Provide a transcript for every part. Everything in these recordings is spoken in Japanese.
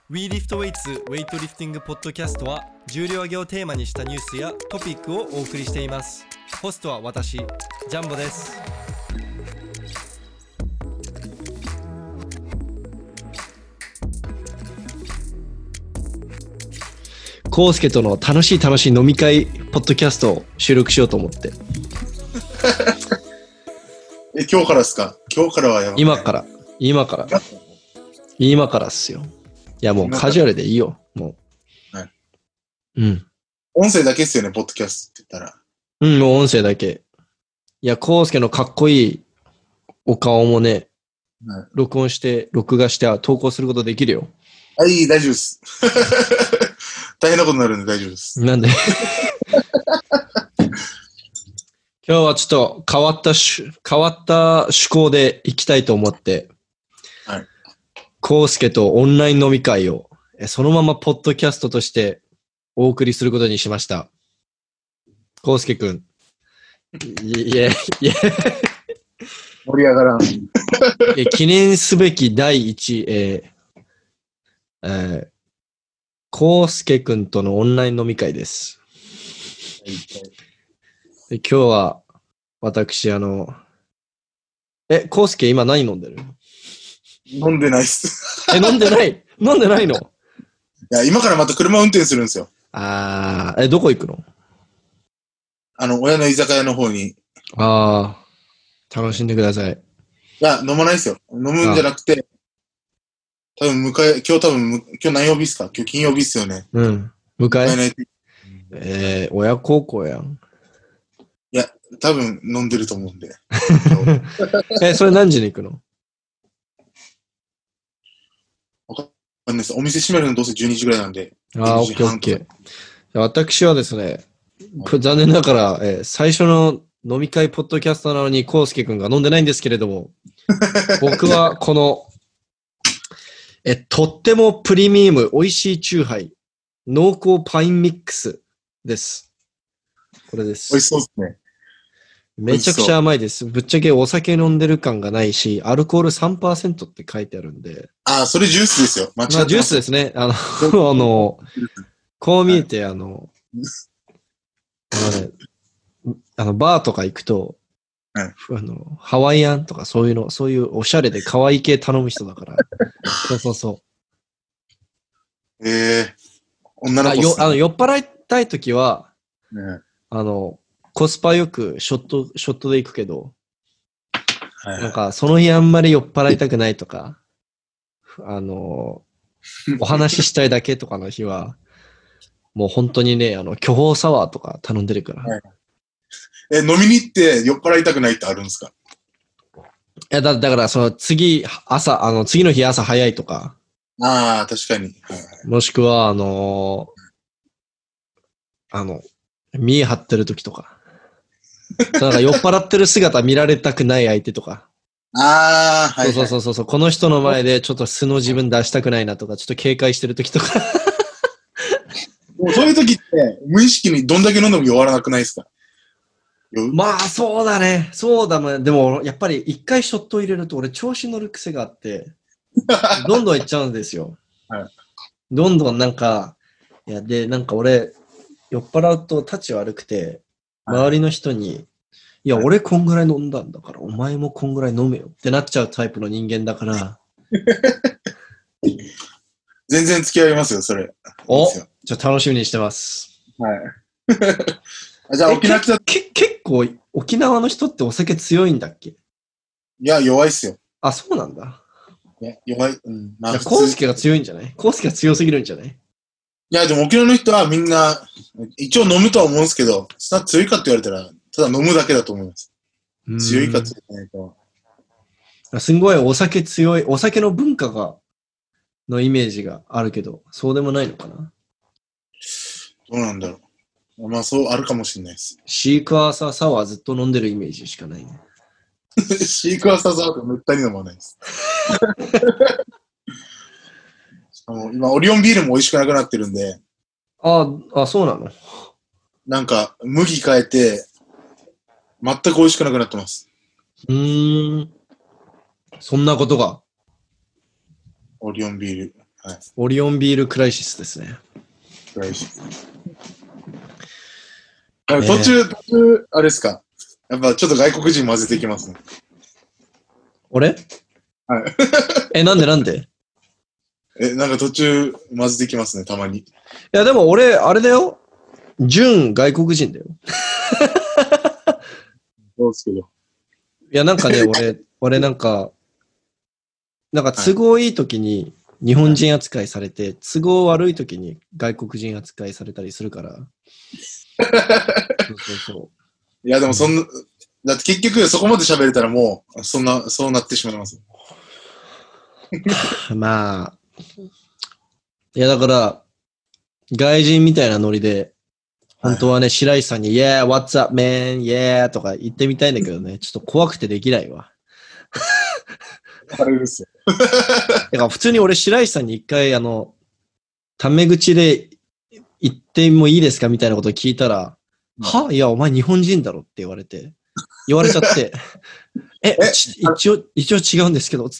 WeLiftWeights ウェイトリフティングポッドキャストは重量挙げをテーマにしたニュースやトピックをお送りしています。ホストは私、ジャンボです。コウスケとの楽しい飲み会ポッドキャストを収録しようと思って今日からですか？今日からはやばい。 今からっすよ。いやもうカジュアルでいいよ。もう。はい。うん。 音声だけっすよね、ポッドキャストって言ったら。 うん、もう音声だけ。いや、コウスケのかっこいいお顔もね、はい、録画して投稿することできるよ。 はい、大丈夫です。大変なことになるんで大丈夫です。 なんで今日はちょっと変わった趣向でいきたいと思って、はい。コウスケとオンライン飲み会をそのままポッドキャストとしてお送りすることにしました。コウスケくん。いえ。 盛り上がらん。 記念すべき第1、コウスケくんとのオンライン飲み会です。で今日は私コウスケ今何飲んでる？ 飲んでないっす。 飲んでないの？いや、今からまた車運転するんですよ。 どこ行くの？ 親の居酒屋の方に。 楽しんでください。 いや、飲まないですよ。飲むんじゃなくて、今日何曜日っすか？今日金曜日っすよね。 うん。迎えない。親孝行やん。 いや、多分飲んでると思うんで。 それ何時に行くの？ お店閉めるのどうせ12時ぐらいなんで。 オッケー。私はですね、残念ながら、最初の飲み会ポッドキャストなのに、コウスケくんが飲んでないんですけれども、僕はこの、とってもプレミアム、美味しいチューハイ、濃厚パインミックスです。これです。 美味しそうですね。 めちゃくちゃ甘いです。ぶっちゃけお酒飲んでる感がないし、アルコール 3% って書いてあるんで。 それジュースですよ。 間違ってます。ジュースですね。こう見えて、バーとか行くと、ハワイアンとかそういうおしゃれで可愛い系頼む人だから。そう。 女の子っすね。 酔っ払いたいときは、コスパよくショットで行くけど、なんかその日あんまり酔っ払いたくないとか、お話ししたいだけとかの日は、もう本当にね、巨峰サワーとか頼んでるから。はい、 飲みに行って酔っ払いたくないってあるんですか？ いや、だからその次の日朝早いとか。 確かに。 もしくは、見え張ってる時とか。なんか酔っ払ってる姿見られたくない相手とか。 はい。 そう。この人の前でちょっと素の自分出したくないなとか、ちょっと警戒してる時とか。 もうそういう時って、無意識にどんだけ飲んでも弱らなくないですか？ まあ、そうだね。でも、やっぱり一回ショット入れると俺調子乗る癖があって、どんどんいっちゃうんですよ。はい、どんどんなんか俺、酔っ払うと立ち悪くて、周りの人に、いや、俺こんぐらい飲んだんだから、お前もこんぐらい飲めよってなっちゃうタイプの人間だから。 全然付き合いますよ、それ。 じゃあ楽しみにしてます。 はい。じゃあ沖縄来た結構、沖縄の人ってお酒強いんだっけ？ いや、弱いっすよ。 そうなんだ。 弱い。 コウスケが強いんじゃない？コウスケが強すぎるんじゃない？ いや、でも沖縄の人はみんな、一応飲むとは思うんですけど、強いかって言われたら、ただ飲むだけだと思います。強いか強くないかは。 すごいお酒強い、お酒の文化のイメージがあるけど、そうでもないのかな？ どうなんだろう。まあ、そうあるかもしれないです。 シークワーサーサワーずっと飲んでるイメージしかないね。 シークワーサーサワーってめったに飲まないです。今、オリオンビールも美味しくなくなってるんで。 そうなの？ なんか、麦変えて、全く美味しくなくなってます。 そんなことが。 オリオンビール。 オリオンビールクライシスですね。 クライシス。途中、あれですか。やっぱちょっと外国人混ぜていきますね。 俺？ はい。 なんでなんか途中混ぜていきますね、たまに。いや、でも俺、あれだよ。純外国人だよ。 そうですけど。 いや、なんかね、俺なんか都合いい時に日本人扱いされて、都合悪い時に外国人扱いされたりするから。そう。 いや、でもだって結局そこまで喋れたらもう、そうなってしまいます。 まあ。いや、だから、外人みたいなノリで、本当はね、白石さんに、Yeah, what's up, man? Yeah! とか言ってみたいんだけどね、ちょっと怖くてできないわ。 あれですよ。 だから普通に俺、白石さんに一回、タメ口で言ってもいいですかみたいなことを聞いたら、いや、お前日本人だろって言われちゃって、一応違うんですけど、つって。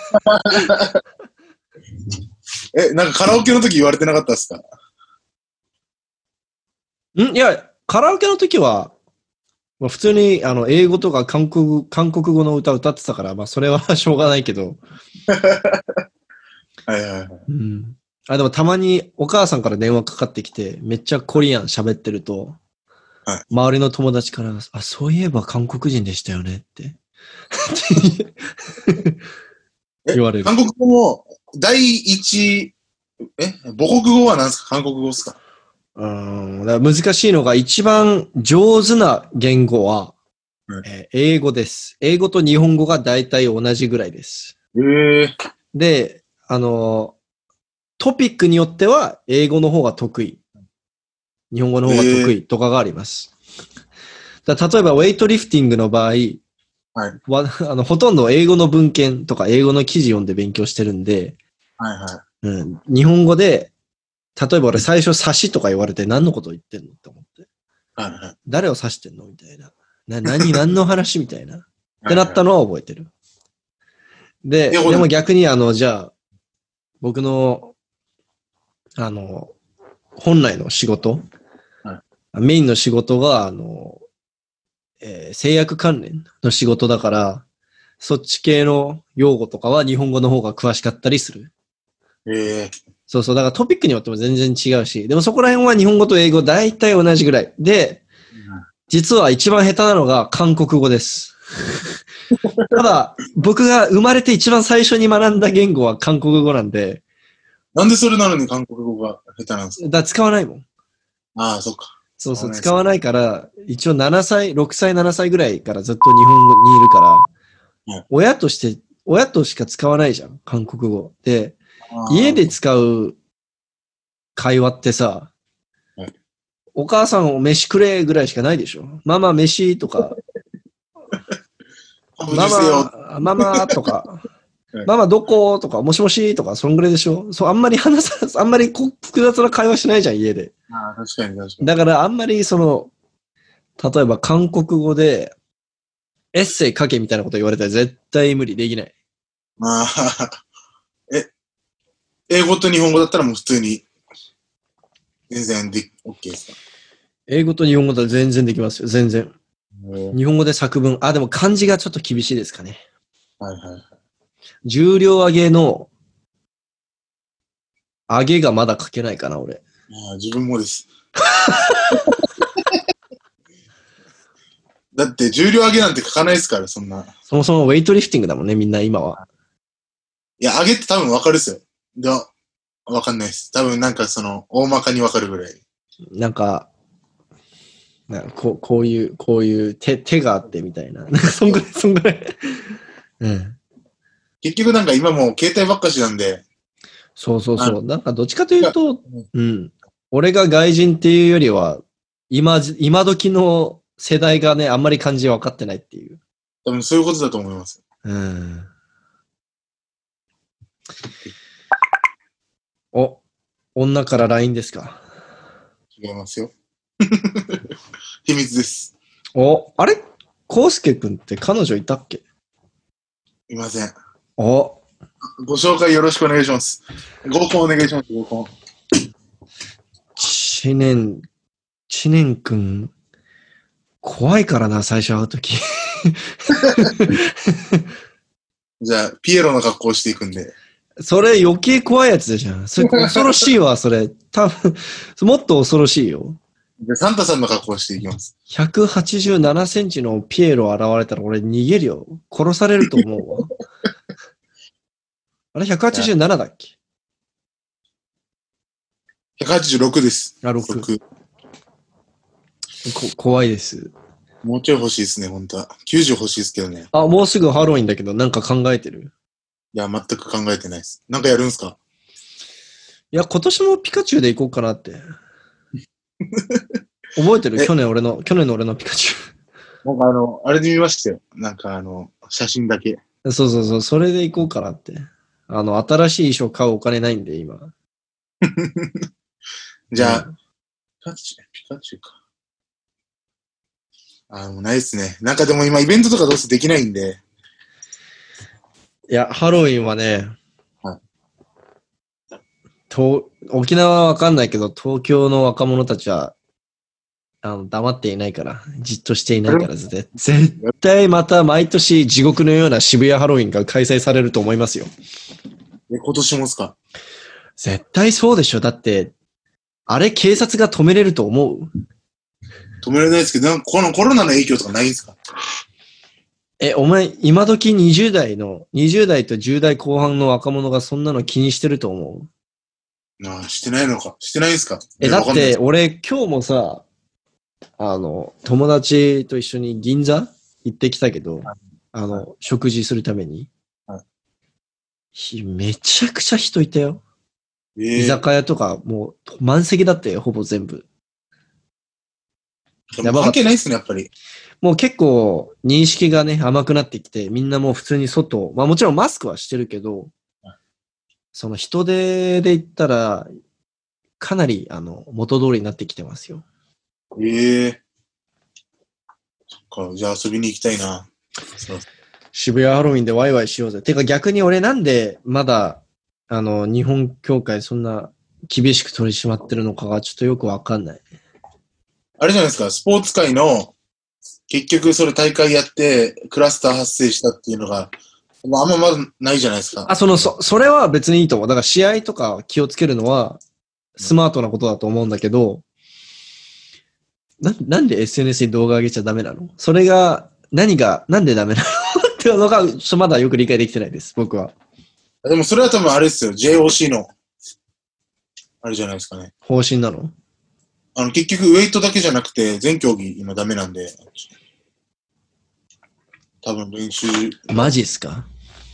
なんかカラオケの時言われてなかったですか？ いや、カラオケの時は、普通に英語とか韓国語の歌歌ってたから、まあそれはしょうがないけど。 はいはいはい。 でもたまにお母さんから電話かかってきて、めっちゃコリアン喋ってると、周りの友達から、そういえば韓国人でしたよねって言われる。 韓国語も第一、母国語は何ですか？韓国語ですか？ だから難しいのが一番上手な言語は、英語です。英語と日本語が大体同じぐらいです。で、トピックによっては英語の方が得意。日本語の方が得意とかがあります。例えば、ウェイトリフティングの場合、ほとんど英語の文献とか英語の記事読んで勉強してるんで、日本語で、例えば俺最初差しとか言われて何のこと言ってんのって思って。誰を指してんのみたいな。何の話みたいな。ってなったのは覚えてる。でも逆にじゃあ、僕の、本来の仕事、メインの仕事が、製薬関連の仕事だから、そっち系の用語とかは日本語の方が詳しかったりする。そうそう。だからトピックによっても全然違うし、でもそこら辺は日本語と英語大体同じぐらい。で、実は一番下手なのが韓国語です。ただ、僕が生まれて一番最初に学んだ言語は韓国語なんで。 なんでそれなのに韓国語が下手なんですか？ だから使わないもん。 そっか。 そうそう、使わないから、一応6歳、7歳ぐらいからずっと日本にいるから、親としか使わないじゃん、韓国語。で、家で使う会話ってさ、お母さんを飯くれぐらいしかないでしょ。ママ飯とか、ママとか、ママどことか、もしもしとか、そんぐらいでしょ。そう、あんまり複雑な会話しないじゃん、家で。 確かに。 だからあんまり例えば韓国語でエッセイ書けみたいなこと言われたら絶対無理できない。 英語と日本語だったらもう普通に全然OK ですか？ 英語と日本語だったら全然できますよ、全然。日本語で作文、でも漢字がちょっと厳しいですかね。重量上げの上げがまだ書けないかな、俺。 自分もです。だって重量上げなんて書かないですから、そんな。 そもそもウェイトリフティングだもんね、みんな今は。 いや、上げって多分わかるっすよ。わかんないです。多分大まかにわかるぐらい。 こういう手があってみたいな。そんぐらい。 結局今もう携帯ばっかしなんで。 そう。どっちかというと、俺が外人っていうよりは、今時の世代がね、あんまり漢字分かってないっていう。 多分そういうことだと思います。 女から LINE ですか？ 違いますよ。秘密です。 あれ康介くんって彼女いたっけ？ いません。 ご紹介よろしくお願いします。合コンお願いします、合コン。 知念くん、怖いからな、最初会うとき。 じゃあ、ピエロの格好をしていくんで。 それ余計怖いやつじゃん。それ恐ろしいわ、それ。多分、もっと恐ろしいよ。 で、サンタさんの格好をしていきます。 187センチのピエロ現れたら俺逃げるよ。殺されると思うわ。あれ、187だっけ？ 186です。 あ、6。怖いです。 もうちょい欲しいですね、本当は。90欲しいですけどね。 あ、もうすぐハロウィンだけど、なんか考えてる？ いや、全く考えてないです。なんかやるんすか？ いや、今年もピカチュウで行こうかなって。覚えてる？去年の俺のピカチュウ。なんかあれで見ましたよ。なんか写真だけ。 そうそうそう、それで行こうかなって。新しい衣装買うお金ないんで、今。 じゃあ、ピカチュウか。もうないですね。なんかでも今イベントとかどうせできないんで。 いや、ハロウィンはね、 はい、 沖縄はわかんないけど、東京の若者たちは、黙っていないから、じっとしていないから、絶対また毎年地獄のような渋谷ハロウィンが開催されると思いますよ。 今年もですか？ 絶対そうでしょ。だって、あれ警察が止めれると思う？ 止められないですけど、このコロナの影響とかないんですか？ お前、今時20代と10代後半の若者がそんなの気にしてると思う？してないのか。してないんですか？ だって、俺、今日もさ、友達と一緒に銀座行ってきたけど、食事するために。めちゃくちゃ人いたよ。居酒屋とか、もう満席だったよ、ほぼ全部。 関係ないっすね、やっぱり。 もう結構認識がね、甘くなってきて、みんなもう普通に外、まあもちろんマスクはしてるけど、その人出で言ったら、かなり元通りになってきてますよ。 そっか、じゃあ遊びに行きたいな。 渋谷ハロウィンでワイワイしようぜ。てか逆に俺なんでまだ、日本協会そんな厳しく取り締まってるのかがちょっとよくわかんない。 あれじゃないですか、スポーツ界の、結局それ大会やってクラスター発生したっていうのが、あんままだないじゃないですか。 それは別にいいと思う。だから試合とか気をつけるのはスマートなことだと思うんだけど、なんで SNS に動画上げちゃダメなの？それが、なんでダメなのっていうのが、まだよく理解できてないです、僕は。 でもそれは多分あれですよ、JOC の、あれじゃないですかね。 方針なの？ 結局ウェイトだけじゃなくて、全競技今ダメなんで、多分練習。 マジっすか？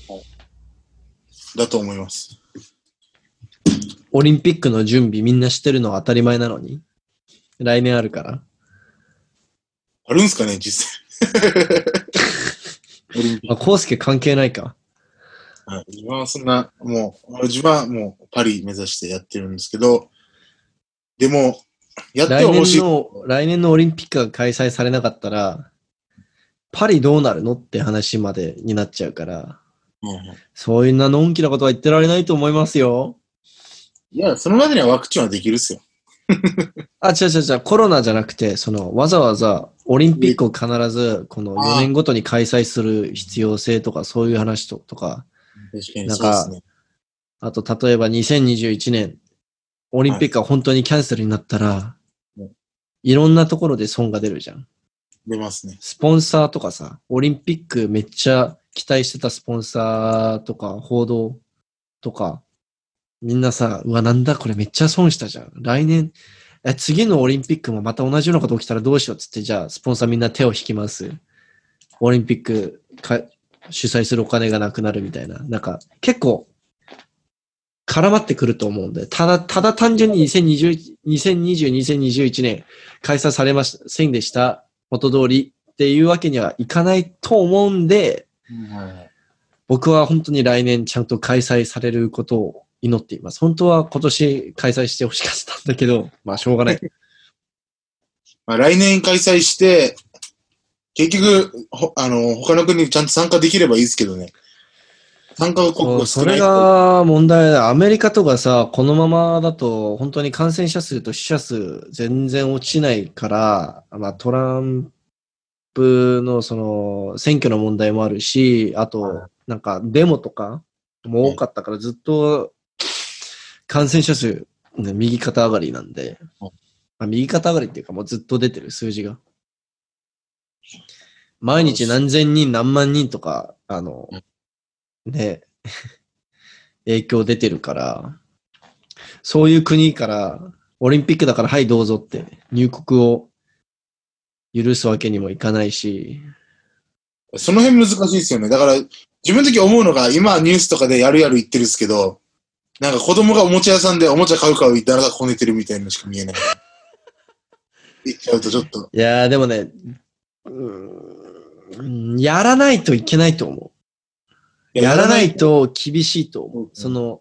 だと思います。 オリンピックの準備みんな知ってるのは当たり前なのに来年あるから。 あるんすかね、実際。 コウスケ関係ないか。 はい、自分はそんな、自分はもうパリ目指してやってるんですけど、でも、やってほしい。 来年のオリンピックが開催されなかったら、パリどうなるのって話までになっちゃうから、そういうのんきなことは言ってられないと思いますよ。 いや、そのまでにはワクチンはできるっすよ。 違う、コロナじゃなくて、わざわざオリンピックを必ず、この4年ごとに開催する必要性とか、そういう話とか、 確かにそうですね。 あと、例えば2021年、オリンピックが本当にキャンセルになったら、いろんなところで損が出るじゃん。 出ますね。 スポンサーとかさ、オリンピックめっちゃ期待してたスポンサーとか、報道とか、みんなさ、うわ、なんだこれめっちゃ損したじゃん。来年、次のオリンピックもまた同じようなこと起きたらどうしようっつって、じゃあ、スポンサーみんな手を引きます。オリンピック主催するお金がなくなるみたいな。なんか、結構、絡まってくると思うんで、ただ単純に2020、2021年開催されませんでした。元通りっていうわけにはいかないと思うんで、僕は本当に来年ちゃんと開催されることを祈っています。本当は今年開催してほしかったんだけど、まあしょうがない。 来年開催して、結局、他の国にちゃんと参加できればいいですけどね。 単価がそう、それ少ない。 が問題だ。アメリカとかさ、このままだと本当に感染者数と死者数全然落ちないから、まあトランプのその選挙の問題もあるし、あとなんかデモとかも多かったからずっと感染者数、ね、右肩上がりなんで、まあ、右肩上がりっていうかもうずっと出てる数字が。毎日何千人何万人とか、ね、影響出てるから、そういう国からオリンピックだからはいどうぞって入国を許すわけにもいかないし。 その辺難しいですよね。だから、自分的に思うのが、今ニュースとかでやる言ってるんですけど、なんか子供がおもちゃ屋さんでおもちゃ買う言ったらこねてるみたいなのしか見えない。言っちゃうとちょっと。 いやーでもね、やらないといけないと思う。やらないと厳しいと思う。その、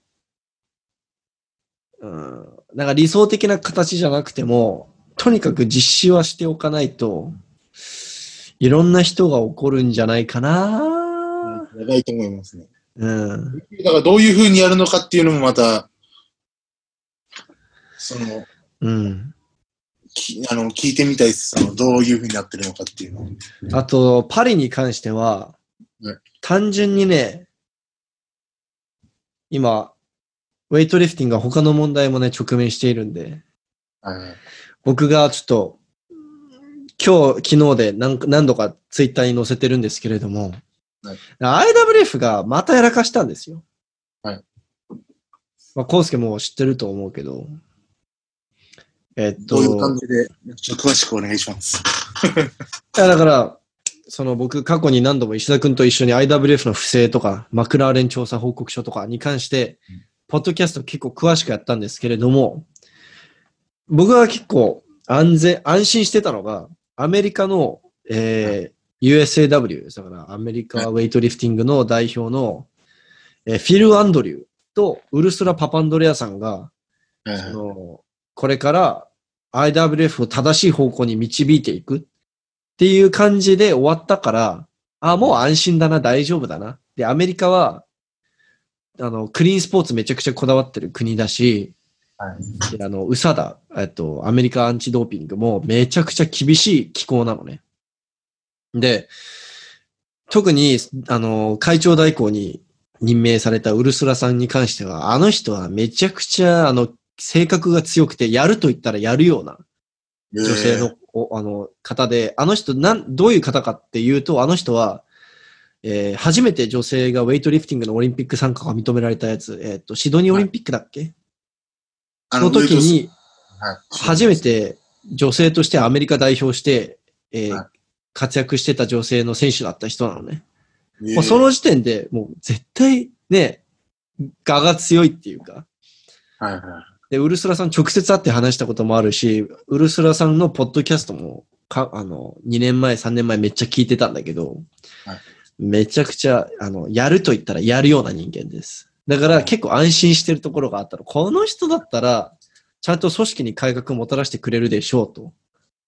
なんか理想的な形じゃなくても、とにかく実施はしておかないと、いろんな人が起こるんじゃないかな。 やばいと思いますね。 うん。 だからどういう風にやるのかっていうのもまた、聞いてみたいです。どういう風になってるのかっていうのを。 あと、パリに関しては、単純にね、今、ウェイトリフティングが他の問題もね、直面しているんで、僕がちょっと、昨日で何度かツイッターに載せてるんですけれども、IWF がまたやらかしたんですよ。まあ、コウスケも知ってると思うけど、 どういう感じで、ちょっと詳しくお願いします。 だから、僕過去に何度も石田君と一緒に IWF の不正とか、マクラーレン調査報告書とかに関して、ポッドキャスト結構詳しくやったんですけれども、僕は結構安心してたのが、アメリカの、USAW、だからアメリカウェイトリフティングの代表の、フィル・アンドリューとウルスラ・パパンドレアさんが、これから IWF を正しい方向に導いていくっていう感じで終わったから、もう安心だな、大丈夫だな。で、アメリカは、クリーンスポーツめちゃくちゃこだわってる国だし、USADA、アメリカアンチドーピングもめちゃくちゃ厳しい機構なのね。で、特に、会長代行に任命されたウルスラさんに関しては、あの人はめちゃくちゃ、性格が強くて、やると言ったらやるような女性の、方で、あの人、どういう方かっていうと、あの人は、初めて女性がウェイトリフティングのオリンピック参加が認められたやつ、シドニーオリンピックだっけ、の時に、初めて女性としてアメリカ代表して、活躍してた女性の選手だった人なのね。もうその時点でもう絶対ね、我が強いっていうか。で、ウルスラさん直接会って話したこともあるし、ウルスラさんのポッドキャストも2年前、3年前めっちゃ聞いてたんだけど、めちゃくちゃ、やると言ったらやるような人間です。だから結構安心してるところがあったの。この人だったら、ちゃんと組織に改革をもたらしてくれるでしょうと。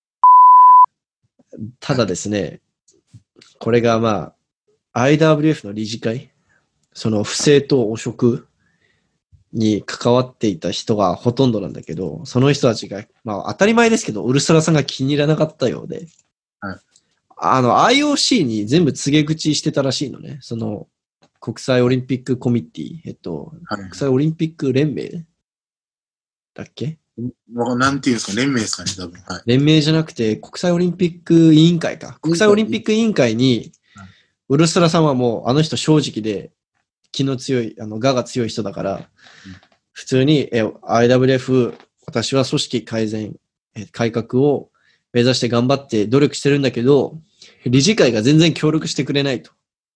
ただですね、これがまあ、IWF の理事会、その不正と汚職に関わっていた人がほとんどなんだけど、その人たちが、まあ当たり前ですけど、ウルスラさんが気に入らなかったようで、IOC に全部告げ口してたらしいのね。その、国際オリンピックコミッティ、国際オリンピック連盟だっけ？ なんていうんですか、連盟ですかね、多分。 連盟じゃなくて、国際オリンピック委員会か。国際オリンピック委員会に、ウルスラさんはもう、あの人正直で、気の強い、我が強い人だから、普通に、IWF、私は組織改善、改革を目指して頑張って努力してるんだけど、理事会が全然協力してくれないと。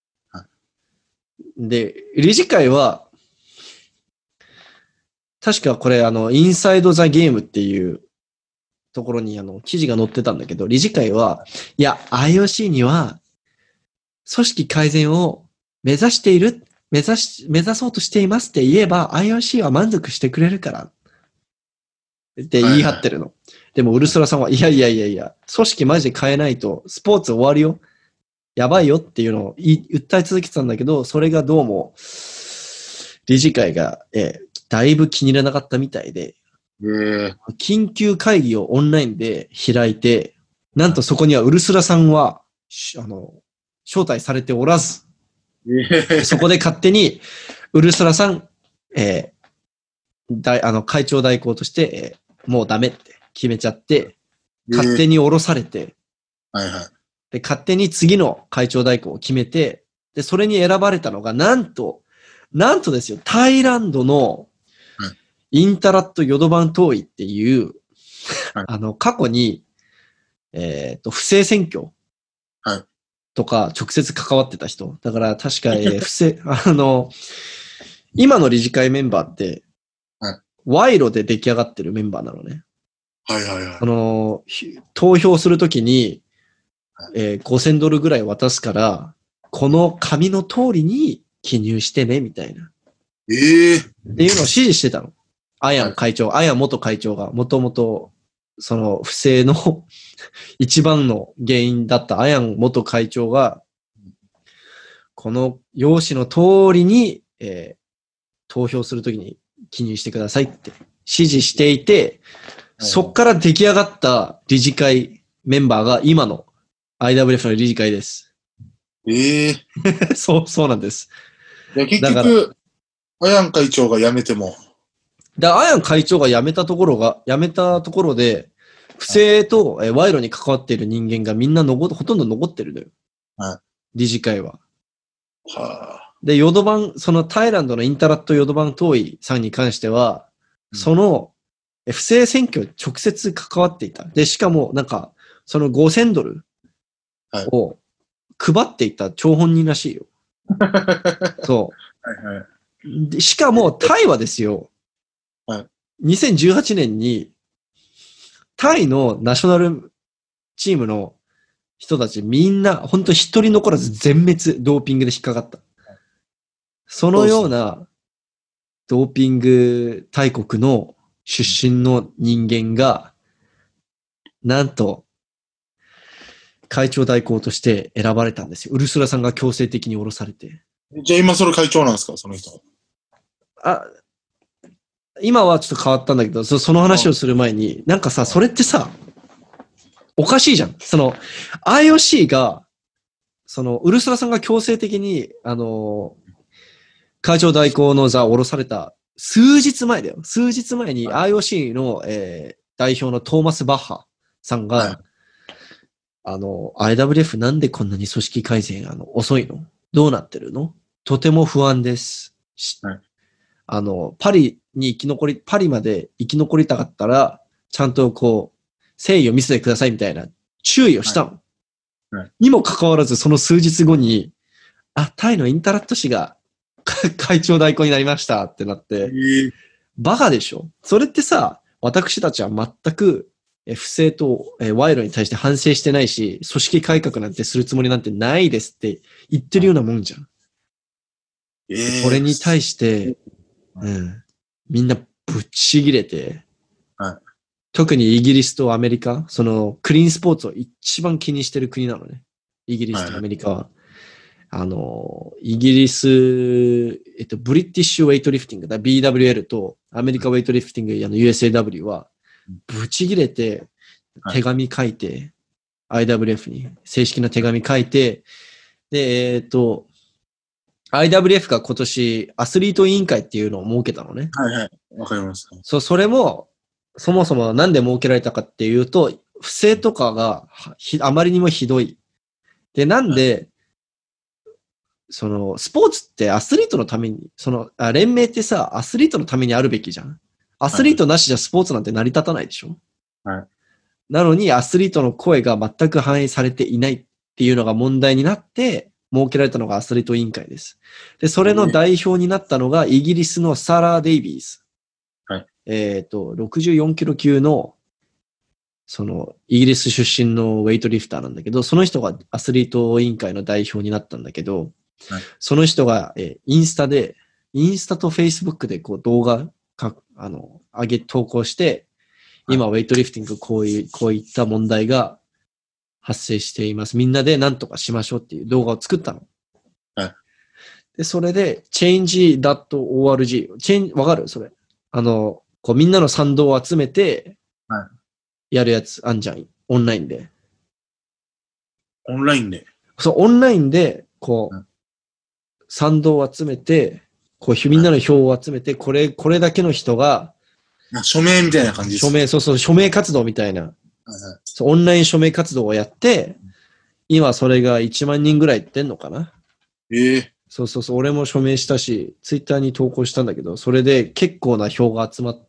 で、理事会は、確かこれ、インサイドザゲームっていうところに記事が載ってたんだけど、理事会は、いや、IOC には、組織改善を目指そうとしていますって言えば、IOC は満足してくれるから。って言い張ってるの。でも、ウルスラさんは、いや、組織マジで変えないと、スポーツ終わるよ。 やばいよっていうのを訴え続けてたんだけど、それがどうも、理事会が、だいぶ気に入らなかったみたいで、緊急会議をオンラインで開いて、なんとそこにはウルスラさんは、招待されておらず、そこで勝手に、ウルスラさん、会長代行として、もうダメって決めちゃって、勝手に降ろされて、で、勝手に次の会長代行を決めて、で、それに選ばれたのが、なんとですよ、タイランドのインタラットヨドバントーイっていう、過去に、不正選挙とか直接関わってた人。だから確か、今の理事会メンバーって、賄賂で出来上がってるメンバーなのね。投票するときに、$5000ドルぐらい渡すから、この紙の通りに記入してね、みたいな。っていうのを指示してたの。アヤン元会長が、もともと、その不正の一番の原因だったアヤン元会長が、この用紙の通りに、投票するときに記入してくださいって指示していて、そっから出来上がった理事会メンバーが今の IWF の理事会です。そうなんです。 結局、アヤン会長が辞めても。 アヤン会長が辞めたところで、不正と賄賂に関わっている人間がみんなほとんど残ってるのよ。理事会は。で、そのタイランドのインタラットヨドバントーイさんに関しては、その不正選挙に直接関わっていた。で、しかもその$5000ドルを配っていた張本人らしいよ。そう。でしかもタイはですよ、2018年にタイのナショナルチームの人たちみんな本当一人残らず全滅、ドーピングで引っかかった。そのようなドーピング大国の出身の人間が、なんと会長代行として選ばれたんですよ。ウルスラさんが強制的に降ろされて。 じゃあ今それ会長なんですか、その人。 今はちょっと変わったんだけど、その話をする前に、それってさ、おかしいじゃん。IOC が、ウルスラさんが強制的に、会長代行の座を降ろされた数日前だよ。数日前に IOC の、代表のトーマス・バッハさんが、IWF なんでこんなに組織改善遅いの？どうなってるの？とても不安です。パリまで生き残りたかったら、ちゃんと誠意を見せてくださいみたいな注意をしたの。にもかかわらず、その数日後に、タイのインタラット氏が会長代行になりましたってなって、バカでしょ？それってさ、私たちは全く不正と賄賂に対して反省してないし、組織改革なんてするつもりなんてないですって言ってるようなもんじゃん。これに対して、みんなぶっちぎれて、特にイギリスとアメリカ、そのクリーンスポーツを一番気にしてる国なのね。イギリスとアメリカは。イギリス、ブリティッシュウェイトリフティングだ、BWL とアメリカウェイトリフティングUSAW は、ぶち切れて、手紙書いて、IWF に正式な手紙書いて、で、IWF が今年アスリート委員会っていうのを設けたのね。 わかります。 それも、そもそもなんで設けられたかっていうと、不正とかがあまりにもひどい。で、なんで、スポーツってアスリートのために、連盟ってさ、アスリートのためにあるべきじゃん。アスリートなしじゃスポーツなんて成り立たないでしょ。なのに、アスリートの声が全く反映されていないっていうのが問題になって、設けられたのがアスリート委員会です。で、それの代表になったのが、イギリスのサラ・デイビーズ。64キロ級の、イギリス出身のウェイトリフターなんだけど、その人がアスリート委員会の代表になったんだけど、その人が、インスタとフェイスブックで動画投稿して、今ウェイトリフティングこういった問題が発生しています。みんなで何とかしましょうっていう動画を作ったの。 はい。 で、それで change.org、わかるそれ。こうみんなの賛同を集めて、やるやつあんじゃん。オンラインで。 オンラインで。 そう、オンラインで、こう、賛同を集めて、こう、みんなの票を集めて、これだけの人が、 署名みたいな感じです署名、そうそう、署名活動みたいな。そうオンライン署名活動をやって、今それが1万人ぐらいいってんのかな。そうそうそう、俺も署名したし、ツイッターに投稿したんだけど、それで結構な票が集まって、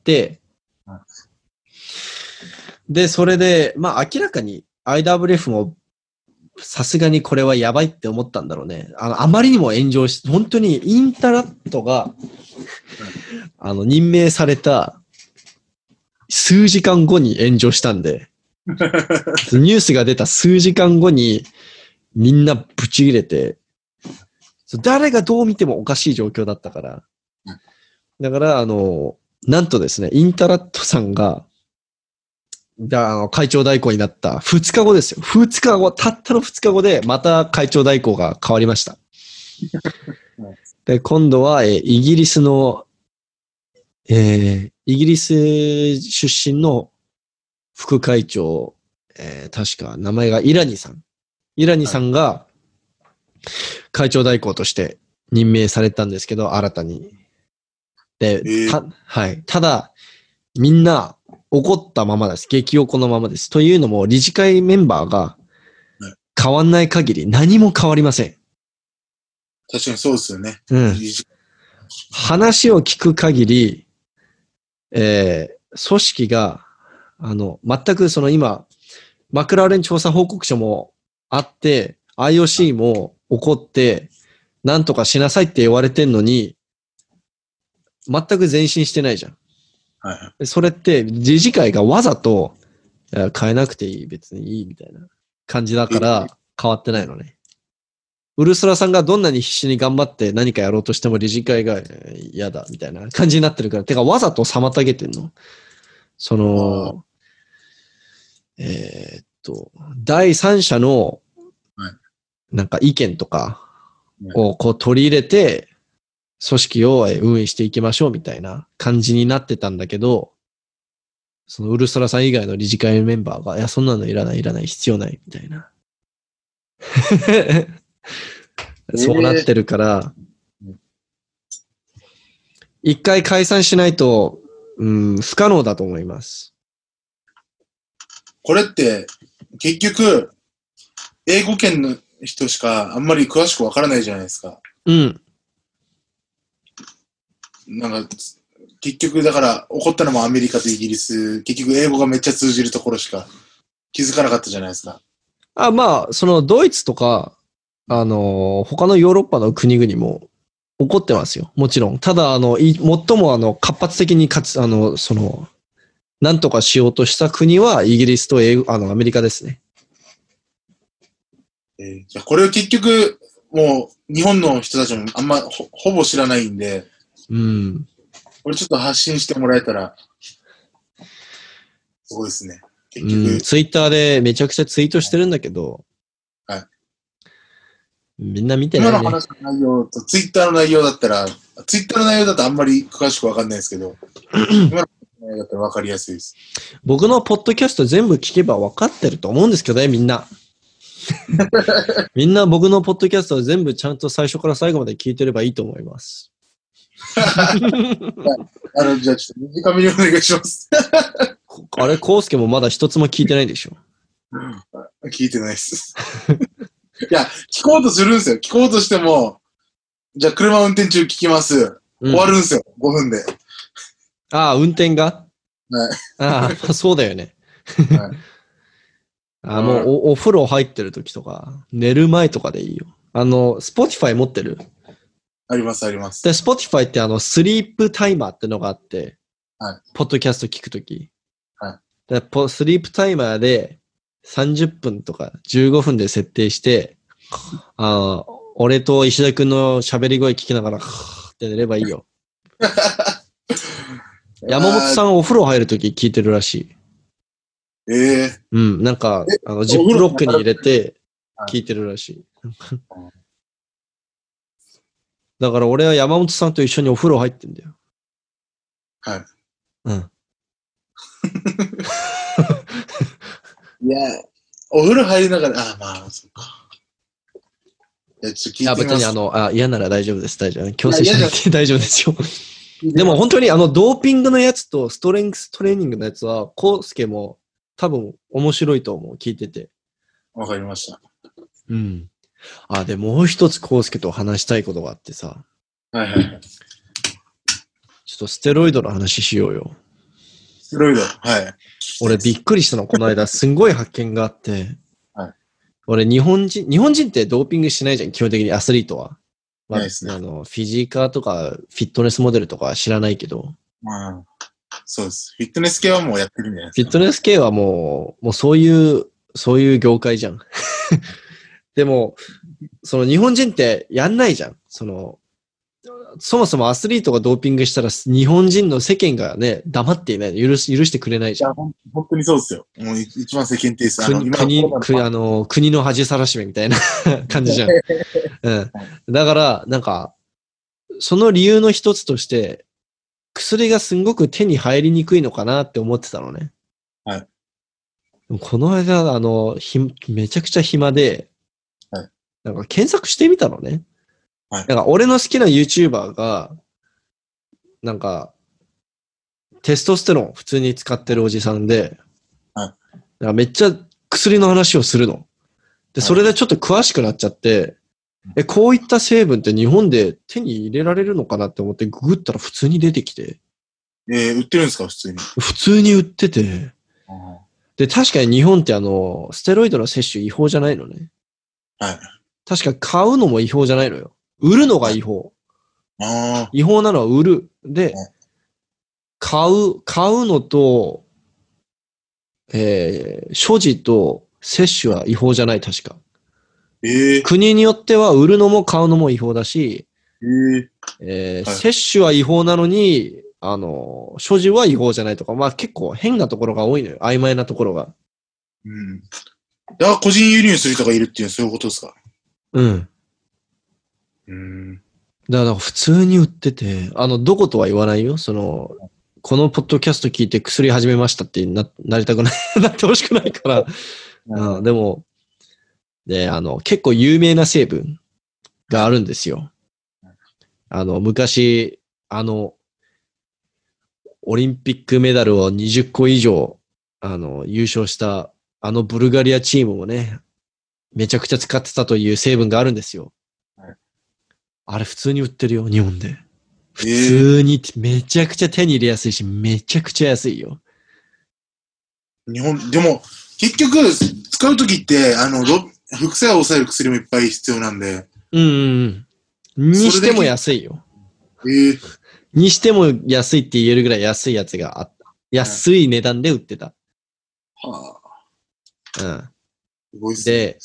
で、それで、まあ明らかに IWF もさすがにこれはやばいって思ったんだろうね。あまりにも炎上し、本当にインタラットが、任命された数時間後に炎上したんで、ニュースが出た数時間後にみんなブチ切れて、誰がどう見てもおかしい状況だったから。だから、なんとですね、インタラットさんが、会長代行になった2日後ですよ。2日後、たったの2日後で、また会長代行が変わりました。で、今度は、イギリスの、イギリス出身の副会長、確か名前がイラニさん。イラニさんが会長代行として任命されたんですけど、新たに。で、はい。ただ、みんな怒ったままです。激怒のままです。というのも、理事会メンバーが変わんない限り何も変わりません。 確かにそうですよね。 うん。話を聞く限り、組織が、全く今、マクラーレン調査報告書もあって、IOC も怒って、なんとかしなさいって言われてんのに、全く前進してないじゃん。はい、それって理事会がわざと変えなくていい、別にいいみたいな感じだから変わってないのね。ウルスラさんがどんなに必死に頑張って何かやろうとしても理事会が嫌だみたいな感じになってるから、てかわざと妨げてんの。第三者のなんか意見とかをこう取り入れて、組織を運営していきましょうみたいな感じになってたんだけど、そのウルストラさん以外の理事会メンバーが、いや、そんなのいらない、必要ない、みたいな。そうなってるから、一回解散しないと、不可能だと思います。 これって、結局、英語圏の人しかあんまり詳しくわからないじゃないですか。 うん。 なんか、結局だから起こったのもアメリカとイギリス、結局英語がめっちゃ通じるところしか気づかなかったじゃないですか。 まあ、ドイツとか、他のヨーロッパの国々も起こってますよ。もちろん。ただ、最も活発的になんとかしようとした国はイギリスとアメリカですね。 じゃあこれを結局、もう日本の人たちもあんま ほぼ知らないんで、これちょっと発信してもらえたら、すごいですね。 結局。ツイッターでめちゃくちゃツイートしてるんだけど、 はい。 みんな見てないね。 今の話の内容とツイッターの内容だったら、ツイッターの内容だとあんまり詳しくわかんないですけど、今の内容だったらわかりやすいです。 僕のポッドキャスト全部聞けばわかってると思うんですけどね、みんな。みんな僕のポッドキャストを全部ちゃんと最初から最後まで聞いてればいいと思います。 じゃあちょっと短めにお願いします。 あれ、コウスケもまだ一つも聞いてないでしょ。 聞いてないです。いや、聞こうとするんですよ。聞こうとしても、じゃあ車運転中聞きます。終わるんですよ、5分で。 ああ、運転がはい。 ああ、そうだよね。はい、もうお風呂入ってる時とか、寝る前とかでいいよ。Spotify 持ってる？ あります、あります。 で、Spotify ってスリープタイマーってのがあって、 はい。 ポッドキャスト聞くとき。 はい。 で、スリープタイマーで30分とか15分で設定して、俺と石田くんの喋り声聞きながら、って寝ればいいよ。山本さんお風呂入るとき聞いてるらしい。 うん、なんか、ジップロックに入れて聞いてるらしい。だから俺は山本さんと一緒にお風呂入ってんだよ。 はい。 うん。 いや、お風呂入りながら、まあ、そっか。ちょっと聞いてみます。 別に嫌なら大丈夫です、大丈夫。強制しなくて大丈夫ですよ。でも本当にドーピングのやつとストレングストレーニングのやつは、コウスケも多分面白いと思う、聞いてて。 わかりました。 うん。で、もう一つコウスケと話したいことがあってさ。 はいはい。 ちょっとステロイドの話しようよ。 ステロイド、はい。 俺びっくりしたの、この間、すんごい発見があって。 はい。 俺日本人ってドーピングしないじゃん、基本的にアスリートは。 ないですね。 フィジーカーとかフィットネスモデルとかは知らないけど。 まあ、そうです。フィットネス系はもうやってるんじゃないですか。 フィットネス系はもうそういう業界じゃん。でも、日本人ってやんないじゃん。そもそもアスリートがドーピングしたら日本人の世間がね、黙っていない。許してくれないじゃん。 いや、本当にそうですよ。もう一番世間体です。 国の恥さらしめみたいな感じじゃん。うん。だから、なんか、その理由の一つとして、薬がすんごく手に入りにくいのかなって思ってたのね。 はい。 この間、めちゃくちゃ暇で、 はい。 なんか検索してみたのね。 はい。 なんか俺の好きな YouTuber が、なんか、テストステロン普通に使ってるおじさんで、 はい。 なんかめっちゃ薬の話をするの。で、それでちょっと詳しくなっちゃって、こういった成分って日本で手に入れられるのかなって思ってググったら普通に出てきて。 売ってるんですか、普通に。 普通に売ってて。で、確かに日本ってステロイドの摂取違法じゃないのね。 はい。 確か買うのも違法じゃないのよ。売るのが違法。違法なのは売る。で、買うのと、所持と摂取は違法じゃない、確か。国によっては売るのも買うのも違法だし、摂取は違法なのに、所持は違法じゃないとか、まあ結構変なところが多いのよ。曖昧なところが。 うん。だから個人輸入する人がいるっていうそういうことですか？ うん。だから普通に売ってて、どことは言わないよ。このポッドキャスト聞いて薬始めましたってなりたくない、なってほしくないから。でも、で、結構有名な成分があるんですよ。昔、オリンピックメダルを20個以上、優勝した、ブルガリアチームもね、めちゃくちゃ使ってたという成分があるんですよ。あれ普通に売ってるよ、日本で。普通にめちゃくちゃ手に入れやすいし、めちゃくちゃ安いよ。 日本、でも、結局、使うときって、副作用を抑える薬もいっぱい必要なんで。 にしても安いよ。にしても安いって言えるぐらい安いやつがあった。安い値段で売ってた。で、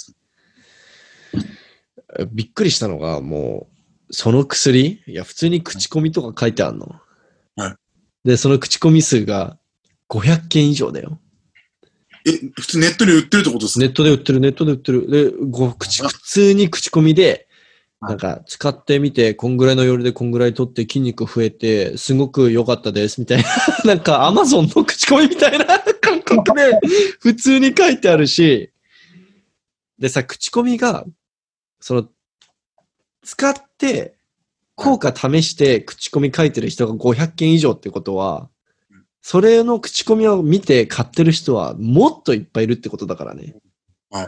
びっくりしたのが、もう、その薬、いや、普通に口コミとか書いてあるの。で、その口コミ数が500件以上だよ。 普通ネットで売ってるってことですか？ ネットで売ってる。で、普通に口コミで、なんか、使ってみて、こんぐらいの夜でこんぐらい取って筋肉増えて、すごく良かったです、みたいな。なんか、アマゾンの口コミみたいな感覚で、普通に書いてあるし、でさ、口コミが、使って、効果試して口コミ書いてる人が500件以上ってことは、それの口コミを見て買ってる人はもっといっぱいいるってことだからね。 はい。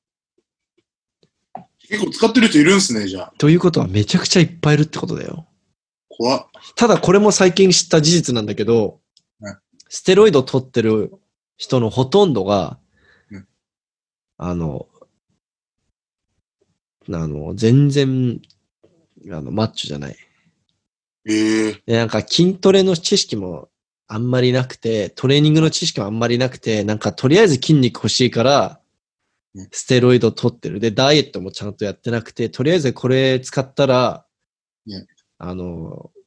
結構使ってる人いるんすね、じゃあ。 ということはめちゃくちゃいっぱいいるってことだよ。 怖っ。 ただこれも最近知った事実なんだけど、ステロイド取ってる人のほとんどが、全然、マッチョじゃない。で、なんか筋トレの知識もあんまりなくて、トレーニングの知識もあんまりなくて、なんかとりあえず筋肉欲しいから、ステロイド取ってる。で、ダイエットもちゃんとやってなくて、とりあえずこれ使ったら、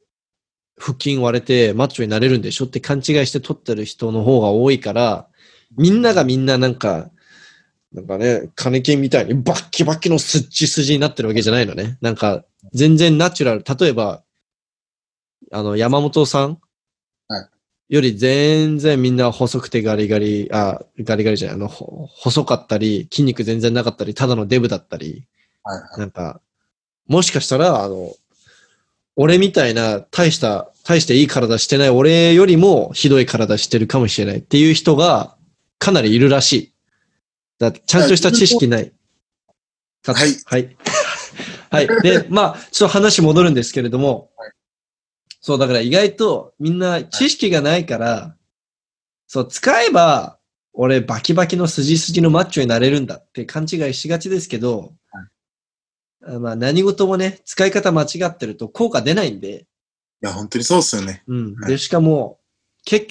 腹筋割れてマッチョになれるんでしょって勘違いして取ってる人の方が多いから、 みんながみんななんかね、金金みたいにバッキバキのスッチ筋になってるわけじゃないのね。なんか、全然ナチュラル。例えば、山本さんより全然みんな細くてガリガリじゃない、細かったり、筋肉全然なかったり、ただのデブだったり、なんか、もしかしたら、俺みたいな大していい体してない俺よりもひどい体してるかもしれないっていう人がかなりいるらしい。ちゃんとした知識ない。 はい。 はい。はい。で、まあ、ちょっと話戻るんですけれども、そう、だから意外とみんな知識がないから、そう、使えば、俺バキバキの筋のマッチョになれるんだって勘違いしがちですけど、まあ何事もね、使い方間違ってると効果出ないんで。 いや、本当にそうっすよね。 うん。で、しかも、結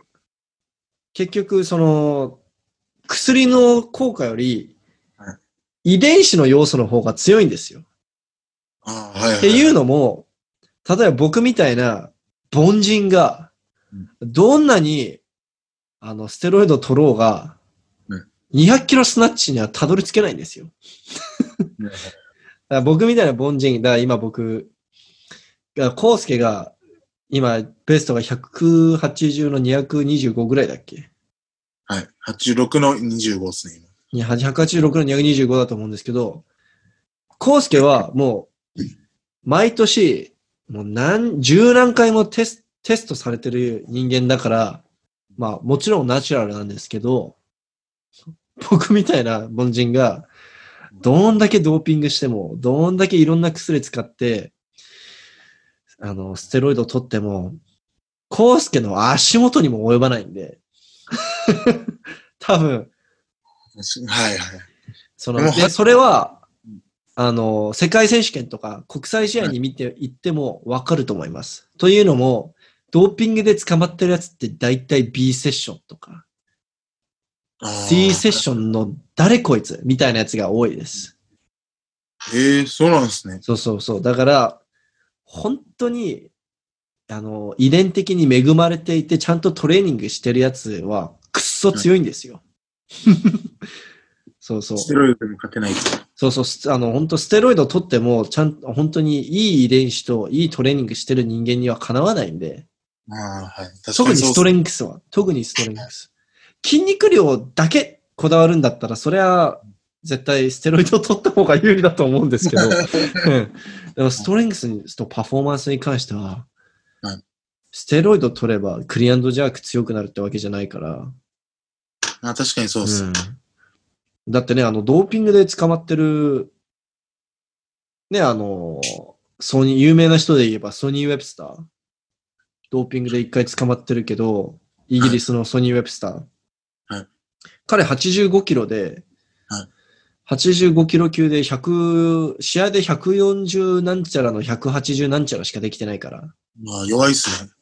局、その、薬の効果より、遺伝子の要素の方が強いんですよ。っていうのも、例えば僕みたいな凡人が、どんなに、ステロイド取ろうが、200キロスナッチにはたどり着けないんですよ。だから僕みたいな凡人、だから今僕、コウスケが、今、ベストが180の225ぐらいだっけ？ はい。86の25ですね、 今。186の225だと思うんですけど、コウスケはもう、毎年、もう十何回もテストされてる人間だから、まあもちろんナチュラルなんですけど、僕みたいな凡人が、どんだけドーピングしても、どんだけいろんな薬使って、ステロイド取っても、コウスケの足元にも及ばないんで、多分、 はいはい。 それは、世界選手権とか国際試合に見ていってもわかると思います。というのも、ドーピングで捕まってるやつって大体 B セッションとか、C セッションの誰こいつみたいなやつが多いです。 そうなんですね。 そう。だから、本当に、遺伝的に恵まれていて、ちゃんとトレーニングしてるやつは、くっそ強いんですよ。そう。 ステロイドでも勝てない。 そう、本当ステロイド取っても、本当にいい遺伝子といいトレーニングしてる人間にはかなわないんで。 はい。 特にストレングスは。特にストレングス。筋肉量だけこだわるんだったら、それは絶対ステロイドを取った方が有利だと思うんですけど、でもストレングスとパフォーマンスに関しては、ステロイド取ればクリアンドジャーク強くなるってわけじゃないから。 確かにそうっす。 だってね、ドーピングで捕まってる、ね、有名な人で言えばソニー・ウェブスター。ドーピングで一回捕まってるけど、イギリスのソニー・ウェブスター。 はい、 彼85キロで、85キロ級で試合で140なんちゃらの180なんちゃらしかできてないから。 まあ、弱いっすね。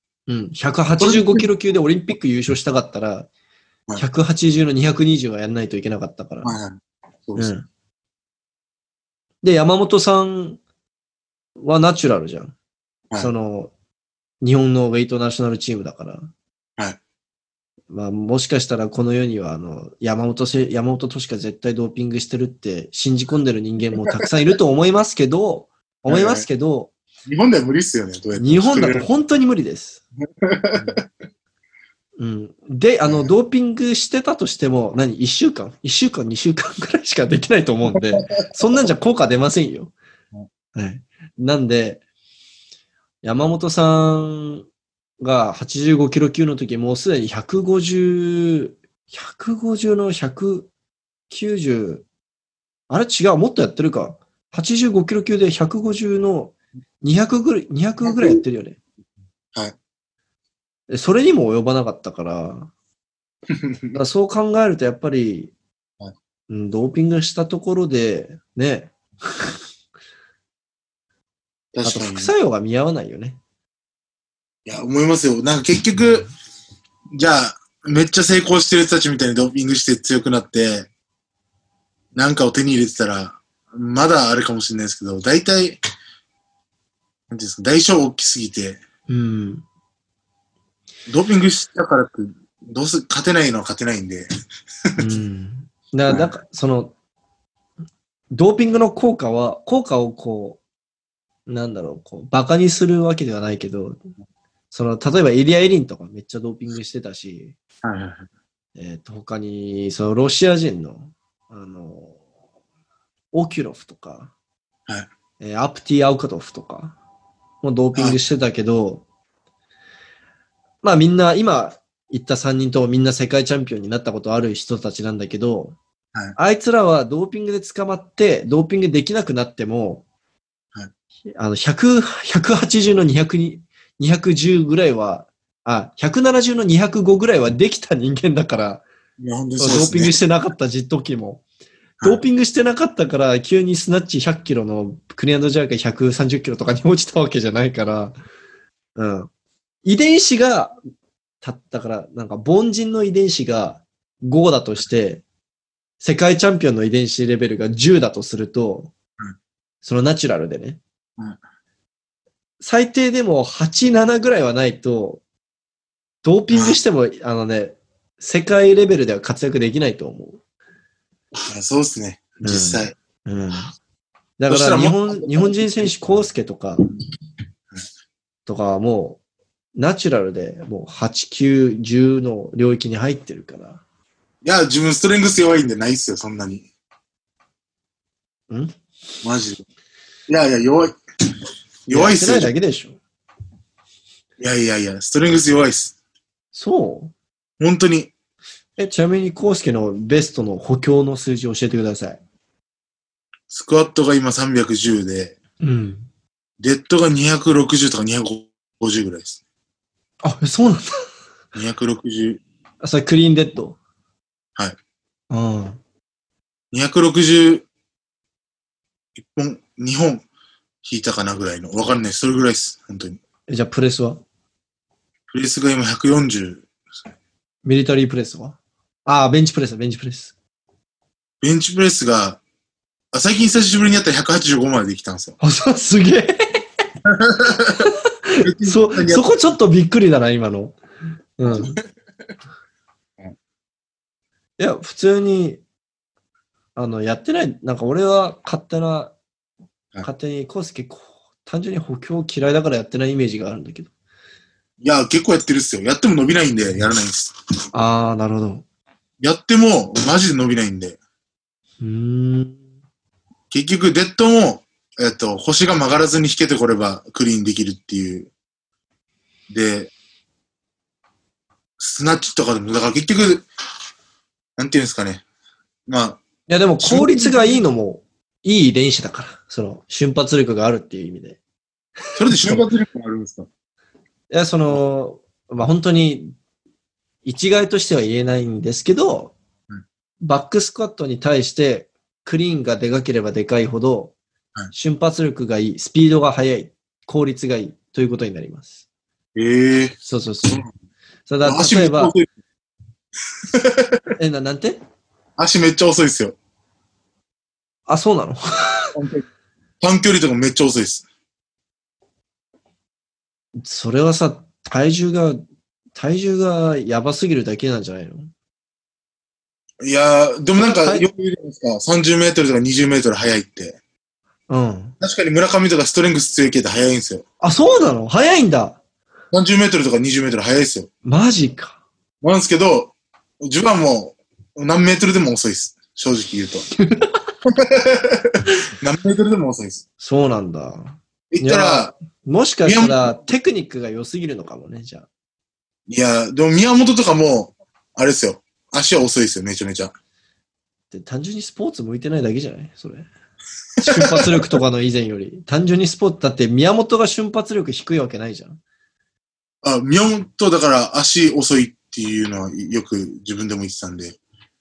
185キロ級でオリンピック優勝したかったら、180の220はやんないといけなかったから。 そうですね。 で、山本さんはナチュラルじゃん。日本のウェイトナショナルチームだから。まあ、もしかしたらこの世には、山本としか絶対ドーピングしてるって信じ込んでる人間もたくさんいると思いますけど、 日本では無理っすよね、どうやって。 日本だと本当に無理です。で、ドーピングしてたとしても、1週間 ?1 週間、2週間くらいしかできないと思うんで、そんなんじゃ効果出ませんよ。はい。なんで、山本さんが85キロ級の時、もうすでに150の190、あれ違う、もっとやってるか。85キロ級で150の200ぐらいやってるよね。 はい。 それにも及ばなかったから、そう考えるとやっぱり、ドーピングしたところで、ね。あと副作用が見合わないよね。 いや、思いますよ。なんか結局、じゃあ、めっちゃ成功してる人たちみたいにドーピングして強くなって、なんかを手に入れてたら、まだあれかもしれないですけど、大体、なんていうんですか、代償大きすぎて、ドーピングしたからって、 どうせ勝てないのは勝てないんで。 うん。なんか、ドーピングの効果をこう、なんだろう、こう、バカにするわけではないけど、例えばイリア・エリンとかめっちゃドーピングしてたし、 はいはいはい。 他に、ロシア人の、オキュロフとか、 はい。 アプティ・アウカトフとか、もドーピングしてたけど、まあみんな、今言った3人ともみんな世界チャンピオンになったことある人たちなんだけど、 はい、 あいつらはドーピングで捕まって、ドーピングできなくなっても、 はい、 180の210ぐらいは、170の205ぐらいはできた人間だから、 いや本当にドそうですね。 ーピングしてなかった時も。ドーピングしてなかったから、急にスナッチ100キロのクリアンドジャーが130キロとかに落ちたわけじゃないから、うん。遺伝子が、だから、なんか凡人の遺伝子が5だとして、世界チャンピオンの遺伝子レベルが10だとすると、そのナチュラルでね、最低でも8、7ぐらいはないと、ドーピングしても、世界レベルでは活躍できないと思う。 そうですね、実際。 だから日本人選手、コウスケとかはもう、ナチュラルでもう8、9、10の領域に入ってるから。 いや、自分ストレングス弱いんでないっすよ、そんなに。マジで。いやいや、弱い。弱いっすよ。 やってないだけでしょ。 いや、ストレングス弱いっす。 そう本当に。 ちなみに、コウスケのベストの補強の数字を教えてください。 スクワットが今310で、デッドが260とか250ぐらいです。 あ、そうなんだ。 260。 それクリーンデッド。 はい。 260、 1本、2本引いたかなぐらいの。わかんない。それぐらいです。本当に。 じゃあプレスは？ プレスが今140。 ミリタリープレスは？ベンチプレス。ベンチプレスが、最近久しぶりにやったら185までできたんですよ。 すげえ。そこちょっとびっくりだな、今の。いや、普通に、やってない、なんか俺は勝手にコース結構、単純に補強嫌いだからやってないイメージがあるんだけど。 いや、結構やってるっすよ。やっても伸びないんで、やらないんです。 なるほど。 やっても、マジで伸びないんで。結局、デッドも、星が曲がらずに引けてこればクリーンできるっていう。で、スナッチとかでも、だから結局、なんていうんですかね。まあ。いや、でも効率がいいのも、いい遺伝子だから。瞬発力があるっていう意味で。 それで瞬発力もあるんですか？ いや、本当に、一概としては言えないんですけど、バックスクワットに対して、クリーンがでかければでかいほど、瞬発力がいい、スピードが速い、効率がいいということになります。そう。例えば、なんて？ 足めっちゃ遅いですよ。 そうなの？ 短距離とかめっちゃ遅いです。 それはさ、体重がやばすぎるだけなんじゃないの？ いやー、でもなんか、よく言うじゃないですか。30メートルとか20メートル速いって。確かに村上とかストレングス強いけど速いんですよ。 そうなの？速いんだ。 30メートルとか20メートル速いですよ。 マジか。 なんですけど、自分はもう何メートルでも遅いです。正直言うと。何メートルでも遅いです。 そうなんだ。 言ったら、 もしかしたらテクニックが良すぎるのかもね、じゃあ。 いや、でも宮本とかも、あれですよ。足は遅いですよ、めちゃめちゃ。 単純にスポーツ向いてないだけじゃないそれ。瞬発力とかの以前より。単純にスポーツ、だって宮本が瞬発力低いわけないじゃん。 宮本だから足遅いっていうのはよく自分でも言ってたんで。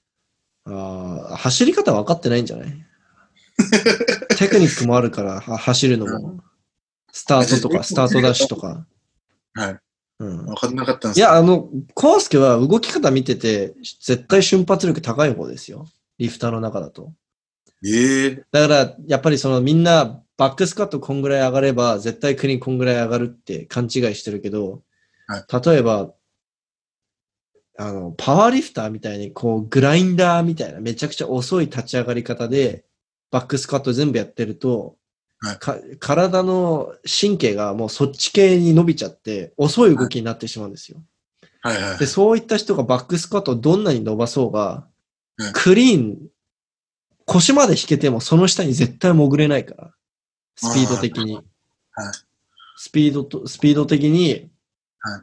走り方分かってないんじゃない？テクニックもあるから走るのも。スタートとか、スタートダッシュとか。 はい。分かんなかったんですいや、コウスケは動き方見てて、絶対瞬発力高い方ですよ。リフターの中だと。だから、やっぱりみんな、バックスカットこんぐらい上がれば、絶対クリーンこんぐらい上がるって勘違いしてるけど、例えば、 パワーリフターみたいに、こう、グラインダーみたいな、めちゃくちゃ遅い立ち上がり方で、バックスクワット全部やってると、 はい、 体の神経がもうそっち系に伸びちゃって、遅い動きになってしまうんですよ。 はいはいはい、 で、そういった人がバックスクワットをどんなに伸ばそうが、 はい、 クリーン、腰まで引けてもその下に絶対潜れないから、スピード的に。 はい、 スピード的に、 はい、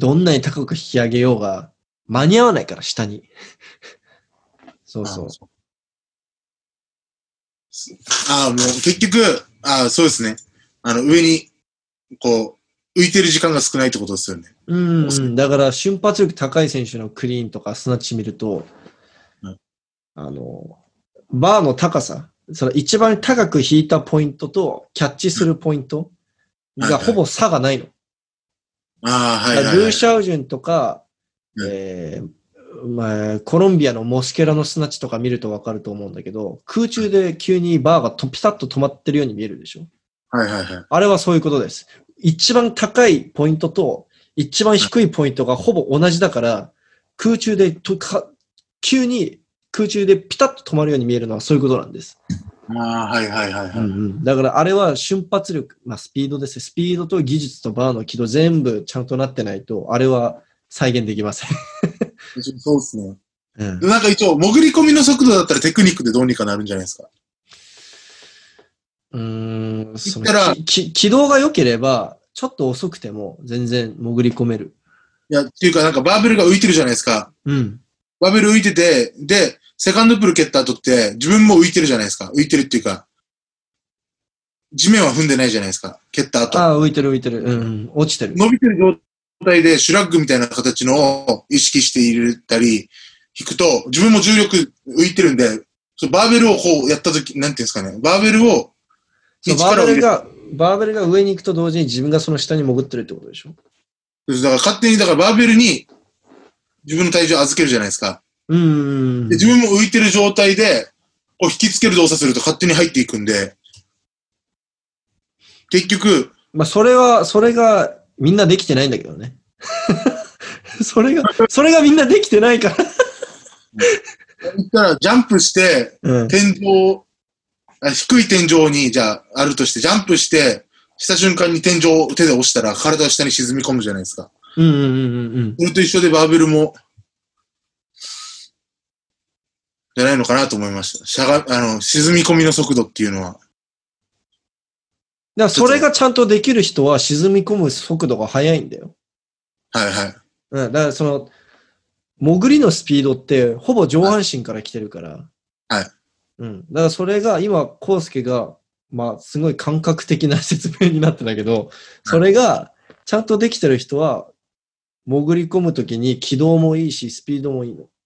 どんなに高く引き上げようが、間に合わないから、下に。そうそう。 もう結局、そうですね。上に、こう、浮いてる時間が少ないってことですよね。 だから瞬発力高い選手のクリーンとかスナッチ見ると、 うん、 バーの高さ、その一番高く引いたポイントとキャッチするポイントがほぼ差がないの。ルーシャウジュンとか、コロンビアのモスケラのスナッチとか見るとわかると思うんだけど、空中で急にバーがピタッと止まってるように見えるでしょ。あれはそういうことです。一番高いポイントと一番低いポイントがほぼ同じだから、急に空中でピタッと止まるように見えるのはそういうことなんです。だからあれは瞬発力、スピードですね。スピードと技術とバーの軌道全部ちゃんとなってないと、あれは再現できません。 そうですね。なんか一応、潜り込みの速度だったらテクニックでどうにかなるんじゃないですか。 軌道が良ければ、ちょっと遅くても全然潜り込める。 いや、っていうかなんかバーベルが浮いてるじゃないですか。バーベル浮いてて、で、セカンドプル蹴った後って自分も浮いてるじゃないですか。浮いてるっていうか、地面は踏んでないじゃないですか。蹴った後。 浮いてる。落ちてる。 伸びてる状態でシュラッグみたいな形のを意識して入れたり、引くと、自分も重力浮いてるんで、バーベルをこうやったとき、なんていうんですかね。バーベルを、 バーベルが上に行くと同時に自分がその下に潜ってるってことでしょ。 だから勝手に、バーベルに自分の体重を預けるじゃないですか。で自分も浮いてる状態で、こう引きつける動作すると勝手に入っていくんで、結局。 それがみんなできてないんだけどね。それがみんなできてないから。 言ったら、ジャンプして、天井、低い天井に、じゃあ、あるとして、ジャンプして、した瞬間に天井を手で押したら、体は下に沈み込むじゃないですか。それと一緒でバーベルも、じゃないのかなと思いました。沈み込みの速度っていうのは。 だからそれがちゃんとできる人は沈み込む速度が速いんだよ。 はいはい。 だからその、潜りのスピードってほぼ上半身から来てるから。 はい。 だからそれが今、コウスケが、すごい感覚的な説明になってたけど、それがちゃんとできてる人は、潜り込むときに軌道もいいし、スピードもいいの。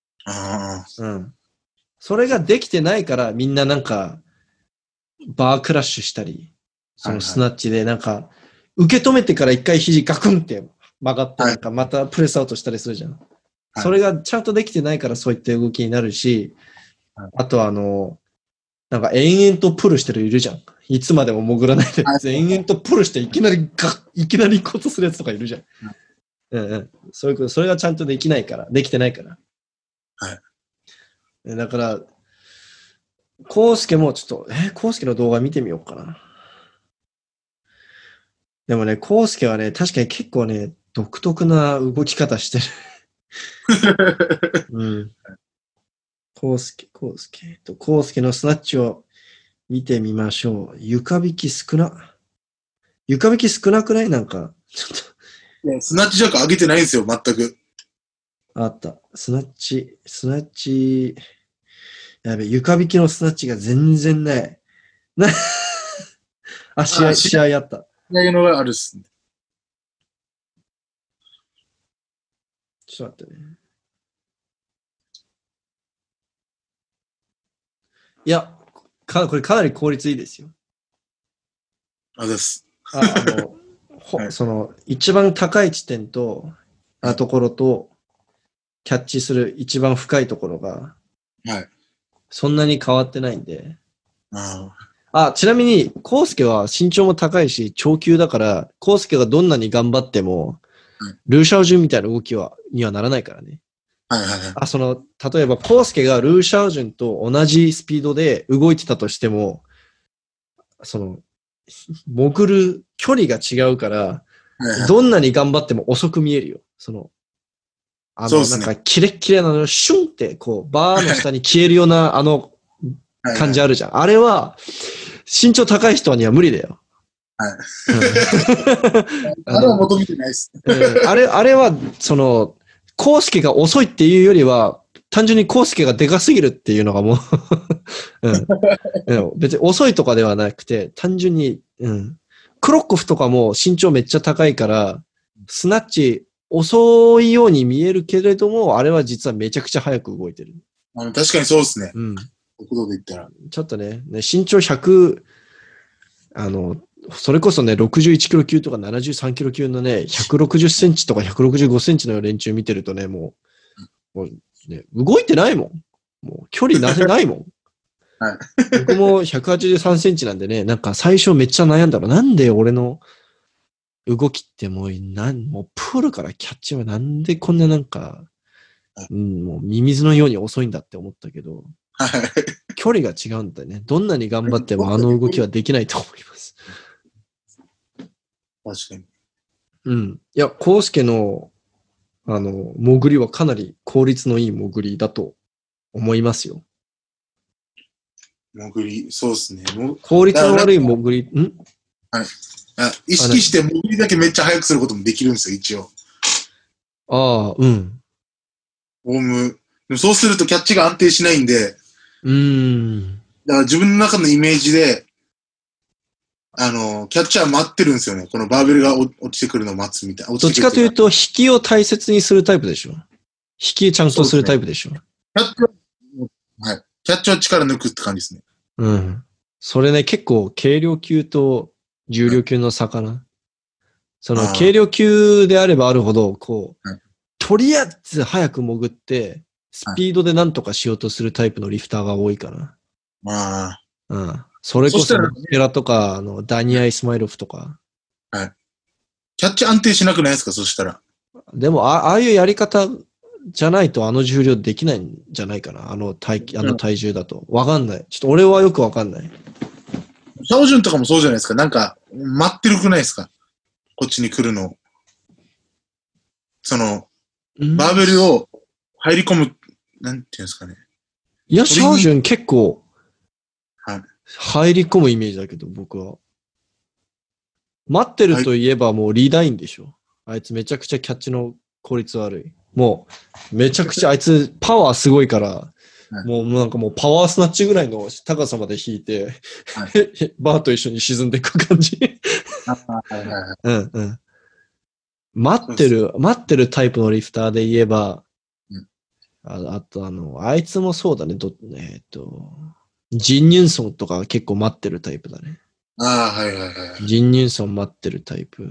それができてないからみんななんか、バークラッシュしたり、そのスナッチでなんか、受け止めてから一回肘ガクンって曲がってなんかまたプレスアウトしたりするじゃん。それがちゃんとできてないからそういった動きになるし、あとなんか延々とプルしてるいるじゃん。いつまでも潜らないで、延々とプルしていきなり行こうとするやつとかいるじゃん。そういうこと、それがちゃんとできてないから。だから、コウスケもちょっと、コウスケの動画見てみようかな。でもね、コウスケはね、確かに結構ね、独特な動き方してる。コウスケのスナッチを見てみましょう。床引き少なくないなんか、ちょっと。スナッチジャック上げてないんですよ、全く。 あった。スナッチ、やべ、床引きのスナッチが全然ない。試合あった。 試合のがあるっすね。 ちょっと待ってね。いや、これかなり効率いいですよ。 です。 その、一番高い地点と、ところと、キャッチする一番深いところが、そんなに変わってないんで。ちなみに、コウスケは身長も高いし、長球だから、コウスケがどんなに頑張っても、 ルーシャオジュンみたいな動きにはならないからね。 はいはいはい。 例えば、コウスケがルーシャオジュンと同じスピードで動いてたとしても、潜る距離が違うから、 はいはい、 どんなに頑張っても遅く見えるよ。 そうですね。 なんか、キレッキレなの、シュンって、バーの下に消えるような、感じあるじゃん。はいはい、あれは、身長高い人には無理だよ。 はい。あれは求めてないです。 あれは、コウスケが遅いっていうよりは、単純にコウスケがでかすぎるっていうのがもう別に遅いとかではなくて、単純に、クロッコフとかも身長めっちゃ高いから、スナッチ遅いように見えるけれども、あれは実はめちゃくちゃ早く動いてる。 確かにそうですね。速度で言ったら。 ちょっとね、身長100、それこそね、61キロ級とか73キロ級のね、160センチとか165センチの連中見てるとね、もうね、動いてないもん。もう距離ないもん。 はい、 僕も183センチなんでね、なんか最初めっちゃ悩んだろ。なんで俺の動きってもうプールからキャッチはなんでこんななんか、もうミミズのように遅いんだって思ったけど、距離が違うんだよね。どんなに頑張ってもあの動きはできないと思います。 確かに。 いや、コウスケの、潜りはかなり効率のいい潜りだと思いますよ。 潜り、そうですね。 効率の悪い潜り、 はい。意識して潜りだけめっちゃ速くすることもできるんですよ、一応。 ああ、 そうするとキャッチが安定しないんで、だから自分の中のイメージで、キャッチャー待ってるんですよね。このバーベルが落ちてくるのを待つみたいな。 どっちかというと、引きを大切にするタイプでしょ。引きちゃんとするタイプでしょ。 はい。キャッチは力抜くって感じですね。 それね、結構軽量級と重量級の差かな。軽量級であればあるほど、とりあえず早く潜って、スピードで何とかしようとするタイプのリフターが多いかな。それこそ、モスペラとか、ダニア・イスマイロフとか。 はい。キャッチ安定しなくないですか、そしたら。 でも、ああいうやり方じゃないと重量できないんじゃないかな。体重だと。わかんない。ちょっと俺はよくわかんない。 シャオジュンとかもそうじゃないですか。なんか、待ってるくないですか、こっちに来るの。バーベルを入り込む、なんていうんですかね。 いや、シャオジュン結構、入り込むイメージだけど、僕は。待ってるといえばもうリーダーインでしょ。あいつめちゃくちゃキャッチの効率悪い。もう、めちゃくちゃあいつパワーすごいから、もうなんかもうパワースナッチぐらいの高さまで引いて、バーと一緒に沈んでいく感じ。待ってるタイプのリフターで言えば、あとあいつもそうだね、ジン・ニュンソンとか結構待ってるタイプだね。ジン・ニュンソン待ってるタイプ。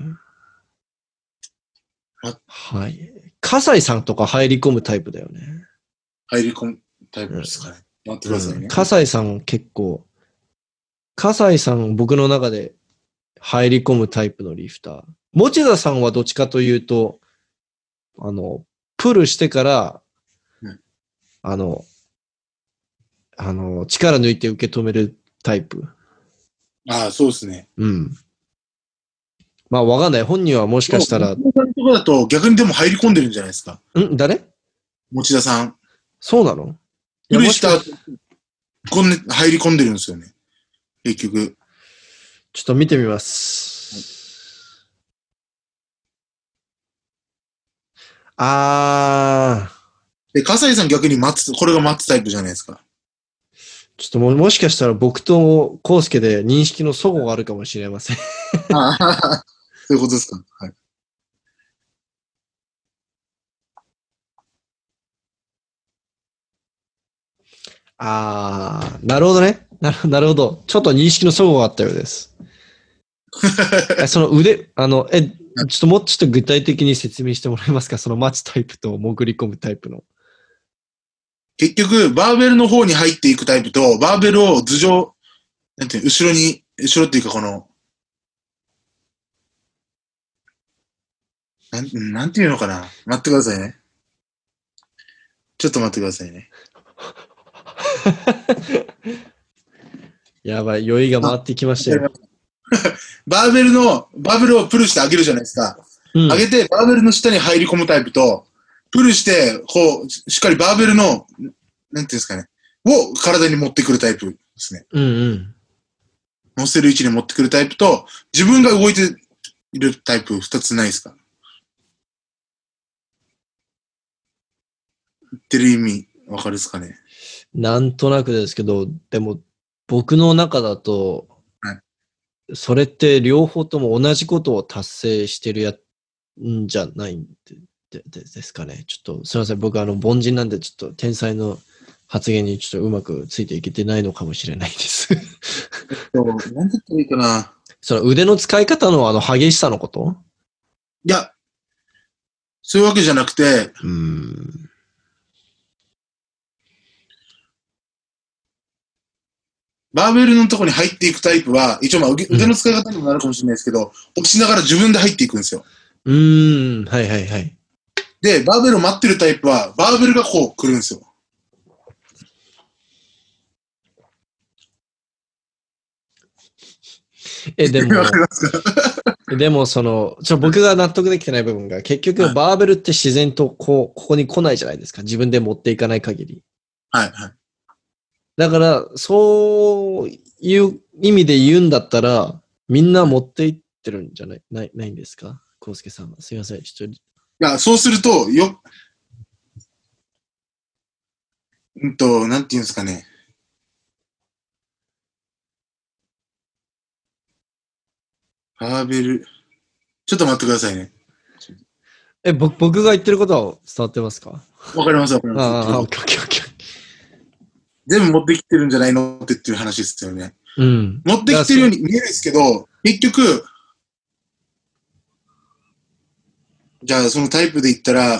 はい。葛西さんとか入り込むタイプだよね。 入り込むタイプですかね。待ってくださいね。 葛西さん結構、葛西さん僕の中で入り込むタイプのリフター。持田さんはどっちかというと、プルしてから、力抜いて受け止めるタイプ。 そうですね。 まあ、わかんない。本人はもしかしたら。 持田さんとかだと逆にでも入り込んでるんじゃないですか。 誰？ 持田さん。 そうなの？ プルした入り込んでるんですよね。結局。 ちょっと見てみます。 で、笠井さん逆にこれが待つタイプじゃないですか。 ちょっともしかしたら僕と康介で認識の齟齬があるかもしれません。 そういうことですか。はい。 なるほどね。なるほど。ちょっと認識の齟齬があったようです。その腕、ちょっともうちょっと具体的に説明してもらえますか？その待つタイプと潜り込むタイプの。 結局、バーベルの方に入っていくタイプと、バーベルをなんていう、後ろっていうかなんていうんなんていうのかな。待ってくださいね。ちょっと待ってくださいね。 やばい、酔いが回ってきましたよ。 バーベルをプルして上げるじゃないですか。上げて、バーベルの下に入り込むタイプと、プルして、こう、しっかりバーベルの、なんていうんですかね、を体に持ってくるタイプですね。乗せる位置に持ってくるタイプと、自分が動いているタイプ、二つないですか？言ってる意味、わかるですかね？ なんとなくですけど、でも、僕の中だと、それって両方とも同じことを達成してるんじゃないんですかね。ちょっと、すいません。僕凡人なんで、ちょっと天才の発言にちょっとうまくついていけてないのかもしれないですなんて言ったらいいかな。 その腕の使い方の激しさのこと？ いや、そういうわけじゃなくて、バーベルのところに入っていくタイプは、一応腕の使い方にもなるかもしれないですけど、落ちながら自分で入っていくんですよ。 はいはいはい。 で、バーベルを待ってるタイプは、バーベルがこう来るんですよ。 でも僕が納得できてない部分が、結局バーベルって自然とここに来ないじゃないですか。自分で持っていかない限り。 はいはい。 だから、そういう意味で言うんだったら、みんな持っていってるんじゃないんですか？コウスケさんは。すいません。 いや、そうすると、なんていうんですかね。バーベル。ちょっと待ってくださいね。 僕が言ってることは伝わってますか？ わかりますわかります。 オッケー。 全部持ってきてるんじゃないのっていう話ですよね。 うん。 持ってきてるように見えるんですけど、結局、じゃあそのタイプで言ったら、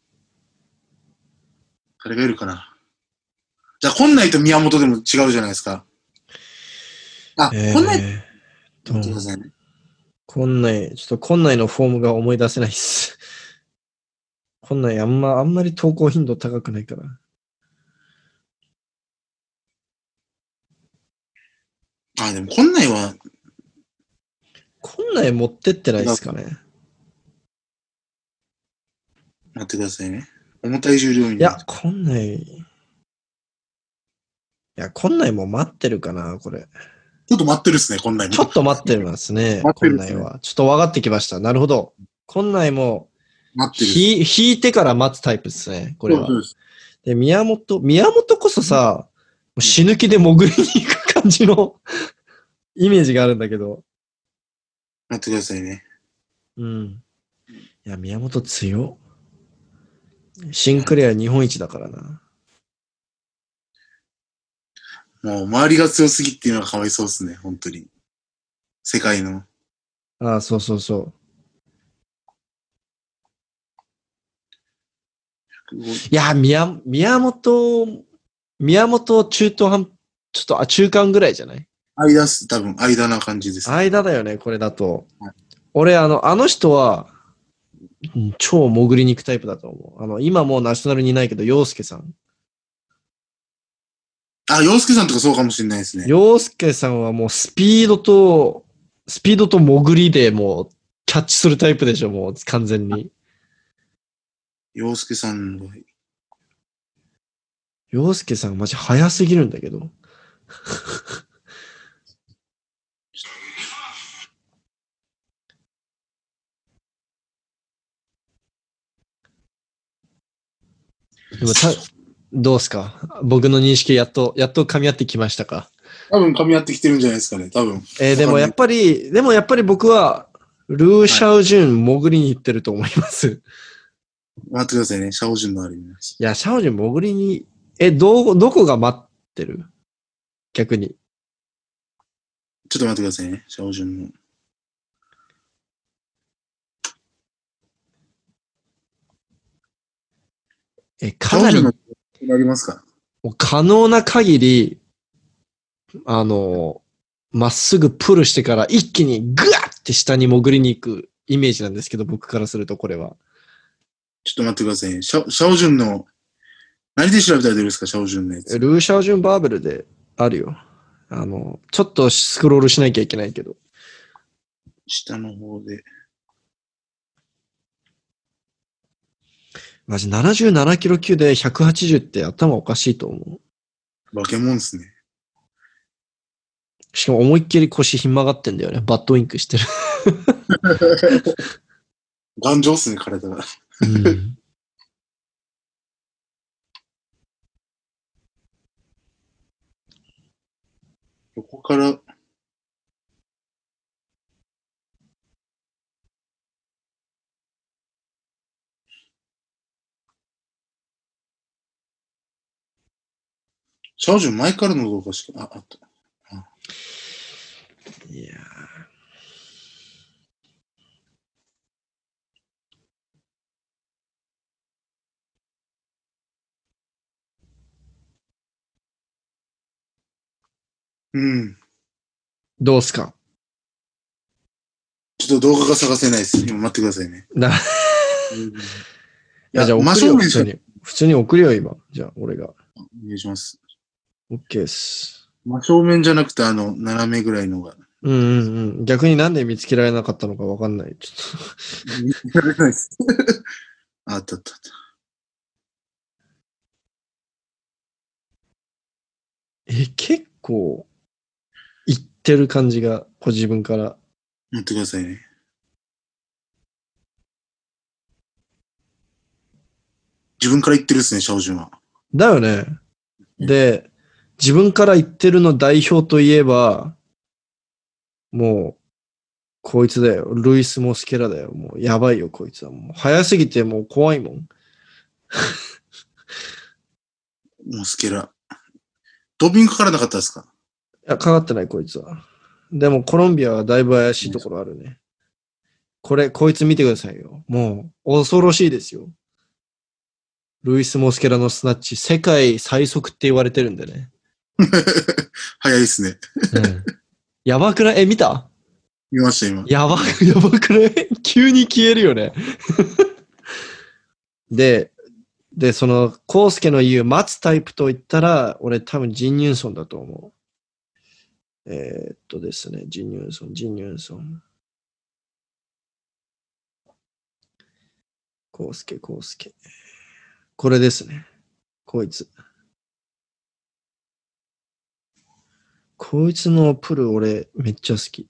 誰がいるかな。じゃあ、今内と宮本でも違うじゃないですか。今内、待ってくださいね。 今内のフォームが思い出せないっす。今内あんまり投稿頻度高くないから。 でも今内は。 今内持ってってないですかね。 待ってくださいね。重たい重量に。 いや、今内も待ってるかな、これ。 ちょっと待ってるっすね、今内も。 ちょっと待ってますね、今内は。ちょっと分かってきました。なるほど。今内も、引いてから待つタイプですね、これは。で、宮本こそさ、死ぬ気で潜りに行く感じのイメージがあるんだけど。 待ってくださいね。 いや、宮本強。シンクレア日本一だからな。 もう周りが強すぎっていうのがかわいそうですね、本当に。世界の。 そう。いや、宮本中間ぐらいじゃない？ 多分間な感じです、 ね。間だよね、これだと。はい、俺、あの人は、超潜りに行くタイプだと思う。今もうナショナルにいないけど、陽介さん。 陽介さんとかそうかもしれないですね。 陽介さんはもうスピードと潜りでもうキャッチするタイプでしょ、もう完全に。 陽介さんは。 陽介さんマジ早すぎるんだけど。でもどうすか？僕の認識やっと噛み合ってきましたか？ 多分噛み合ってきてるんじゃないですかね、多分。 でもやっぱり僕は、ルー・シャオジュン潜りに行ってると思います。 待ってくださいね、シャオジュンのあれに。いや、シャオジュン潜りに、どこが待ってる？逆に。 ちょっと待ってくださいね、シャオジュンの。 かなり、可能な限り、まっすぐプルしてから一気にグワッて下に潜りに行くイメージなんですけど、僕からするとこれは。 ちょっと待ってくださいね。シャオジュンの、何で調べたら出るんですか、シャオジュンのやつ。 ルーシャオジュンバーベルであるよ。ちょっとスクロールしなきゃいけないけど。 下の方で。 マジ77キロ級で180って頭おかしいと思う。 化け物ですね。 しかも思いっきり腰ひん曲がってんだよね。バッドウィンクしてる。 頑丈っすね、体が。 うん。 横から、シャオジュン前からの動画しか、あった。 いやうん。 どうすか？ ちょっと動画が探せないです。今待ってくださいね。 いや、じゃあ送るよ、普通に。普通に送るよ、今。じゃあ、俺が。 お願いします。 OK です。 真正面じゃなくて、斜めぐらいのが。 うんうんうん。逆になんで見つけられなかったのかわかんない。ちょっと。 見つけられないです。あったあったあった。 結構、言ってる感じが、自分から。 待ってくださいね。自分から言ってるですね、シャオジュンは。 だよね。で、自分から言ってるの代表といえば、もう、こいつだよ。ルイス・モスケラだよ。もう、やばいよ、こいつは。もう、早すぎてもう怖いもん。 モスケラ。ドーピングかからなかったですか？ いや、かかってない、こいつは。でも、コロンビアはだいぶ怪しいところあるね。こいつ見てくださいよ。もう、恐ろしいですよ。ルイス・モスケラのスナッチ、世界最速って言われてるんでね。 早いですね。 うん。やばくない？見た？ 見ました、今。 やばくない急に消えるよね。で、その、コウスケの言う待つタイプと言ったら、俺多分ジン・ニュンソンだと思う。ですね、ジン・ニュンソン。コウスケ。これですね。こいつ。こいつのプル俺めっちゃ好き。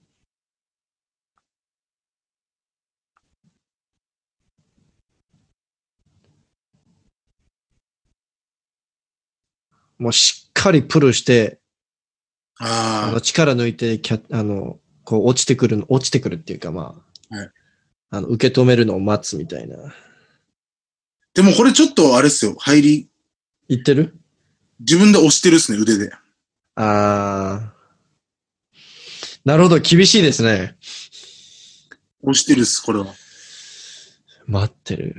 もうしっかりプルして、力抜いてこう落ちてくるっていうか、まあ、はい、受け止めるのを待つみたいな。 でもこれちょっとあれっすよ、入り。 言ってる？ 自分で押してるっすね、腕で。 なるほど、厳しいですね。 押してるっす、これは。 待ってる。